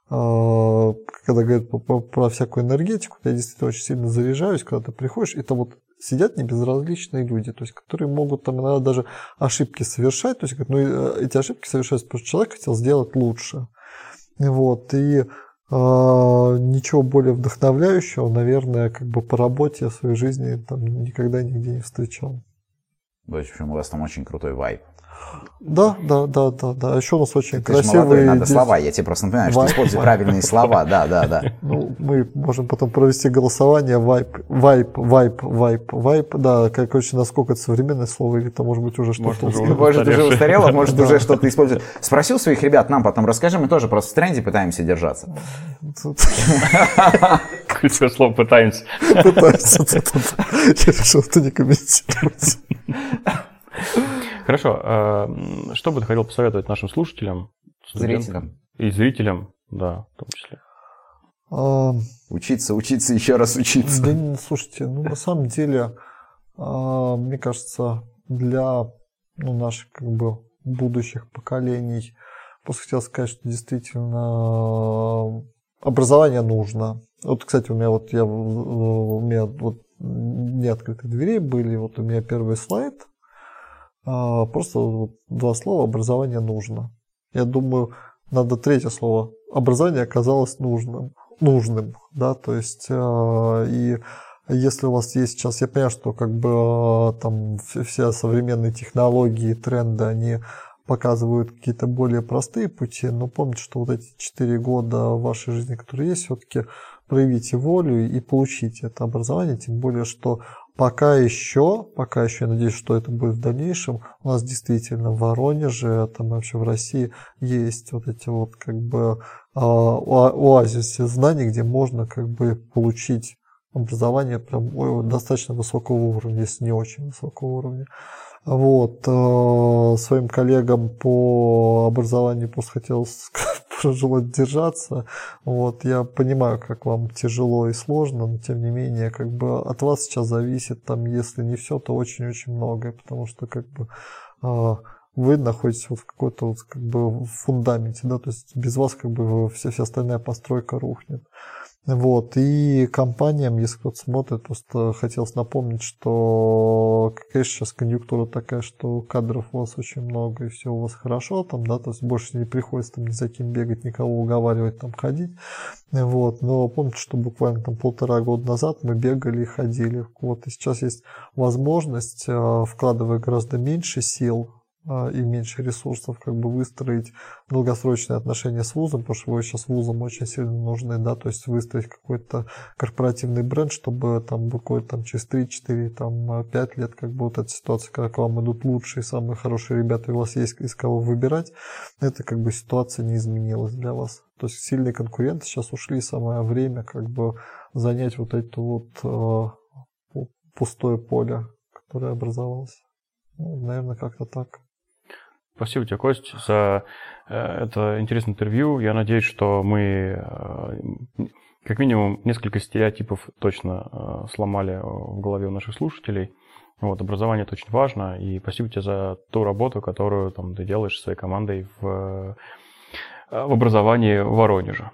когда говорят про всякую энергетику, я действительно очень сильно заряжаюсь, когда ты приходишь, это вот сидят небезразличные люди, то есть, которые могут там иногда даже ошибки совершать, то есть, ну, эти ошибки совершаются, потому что человек хотел сделать лучше. Вот, и э, ничего более вдохновляющего, наверное, как бы по работе в своей жизни там никогда нигде не встречал. В общем, у вас там очень крутой вайб. Да, да, да, да, да. Еще у нас очень ты красивые... Молодой, надо дети. Слова, я тебе просто напоминаю, что используй правильные слова, да, да, да. Ну, мы можем потом провести голосование, вайп, вайп, вайп, вайп, вайп, да, как очень, насколько это современное слово, или это может быть уже что-то устарело. Может, уже устарело, может, уже что-то использует. Спросил своих ребят, нам потом расскажи, мы тоже просто в тренде пытаемся держаться. Ключевое слово «пытаемся». Пытаемся. Я решил это не комментировать. Хорошо. Что бы ты хотел посоветовать нашим слушателям, зрителям и зрителям, да, в том числе? А, учиться, учиться, еще раз учиться. Да, слушайте, ну на самом деле, а, мне кажется, для ну, наших как бы будущих поколений, просто хотел сказать, что действительно образование нужно. Вот, кстати, у меня вот я у меня вот не открытые двери были, вот у меня первый слайд. Просто вот два слова «образование нужно». Я думаю, надо третье слово. Образование оказалось нужным. нужным да? То есть, и если у вас есть сейчас, я понимаю, что как бы там все современные технологии, тренды, они показывают какие-то более простые пути, но помните, что вот эти четыре года в вашей жизни, которые есть, все-таки проявите волю и получите это образование, тем более, что Пока еще, пока еще, я надеюсь, что это будет в дальнейшем, у нас действительно в Воронеже, там вообще в России есть вот эти вот как бы оазисы знаний, где можно как бы получить образование прям достаточно высокого уровня, если не очень высокого уровня. Вот, своим коллегам по образованию просто хотел тяжело держаться. Вот, я понимаю, как вам тяжело и сложно, но тем не менее, как бы от вас сейчас зависит, там, если не все, то очень-очень многое, потому что как бы вы находитесь вот в какой-то вот как бы фундаменте, да, то есть без вас как бы вся, вся остальная постройка рухнет. Вот, и компаниям, если кто-то смотрит, просто хотелось напомнить, что, конечно, сейчас конъюнктура такая, что кадров у вас очень много, и все у вас хорошо там, да, то есть больше не приходится там ни за кем бегать, никого уговаривать там ходить, вот, но помните, что буквально там полтора года назад мы бегали и ходили, вот, и сейчас есть возможность, вкладывая гораздо меньше сил и меньше ресурсов, как бы выстроить долгосрочные отношения с вузом, потому что вы сейчас вузам очень сильно нужны, да, то есть выстроить какой-то корпоративный бренд, чтобы там буквально там через три-четыре, там пять лет, как бы вот эта ситуация, когда к вам идут лучшие, самые хорошие ребята, и у вас есть из кого выбирать, это как бы ситуация не изменилась для вас. То есть сильные конкуренты сейчас ушли, самое время как бы занять вот это вот э, пустое поле, которое образовалось. Ну, наверное, как-то так. Спасибо тебе, Кость, за это интересное интервью. Я надеюсь, что мы как минимум несколько стереотипов точно сломали в голове у наших слушателей. Вот, образование – это очень важно, и спасибо тебе за ту работу, которую там, ты делаешь со своей командой в, в образовании в Воронеже.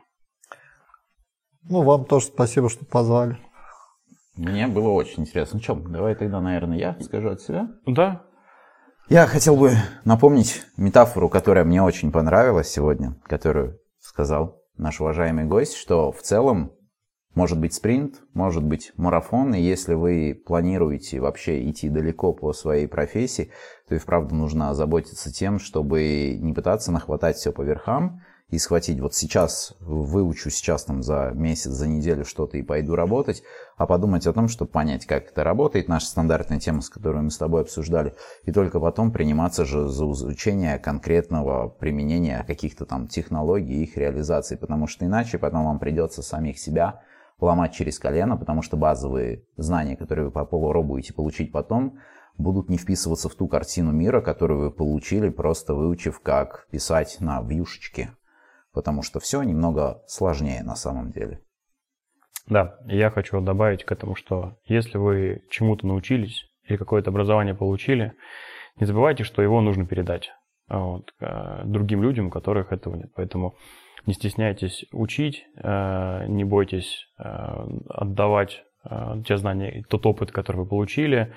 Ну, вам тоже спасибо, что позвали. Мне было очень интересно. Ну что, давай тогда, наверное, я скажу от себя. Да. Я хотел бы напомнить метафору, которая мне очень понравилась сегодня, которую сказал наш уважаемый гость, что в целом может быть спринт, может быть марафон, и если вы планируете вообще идти далеко по своей профессии, то и вправду нужно озаботиться тем, чтобы не пытаться нахватать все по верхам и схватить вот сейчас, выучу сейчас там за месяц, за неделю что-то и пойду работать, а подумать о том, чтобы понять, как это работает, наша стандартная тема, с которой мы с тобой обсуждали, и только потом приниматься же за изучение конкретного применения каких-то там технологий и их реализации, потому что иначе потом вам придется самих себя ломать через колено, потому что базовые знания, которые вы попробуете получить потом, будут не вписываться в ту картину мира, которую вы получили, просто выучив, как писать на вьюшечке. Потому что все немного сложнее на самом деле. Да, и я хочу добавить к этому, что если вы чему-то научились или какое-то образование получили, не забывайте, что его нужно передать вот, другим людям, у которых этого нет. Поэтому не стесняйтесь учить, не бойтесь отдавать те знания, тот опыт, который вы получили,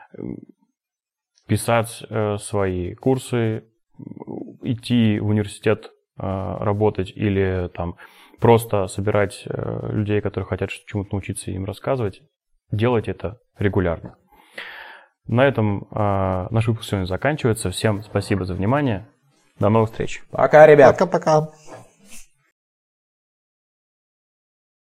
писать свои курсы, идти в университет работать или там просто собирать людей, которые хотят чему-то научиться и им рассказывать, делайте это регулярно. На этом наш выпуск сегодня заканчивается. Всем спасибо за внимание. До новых встреч. Пока, ребят. Пока-пока.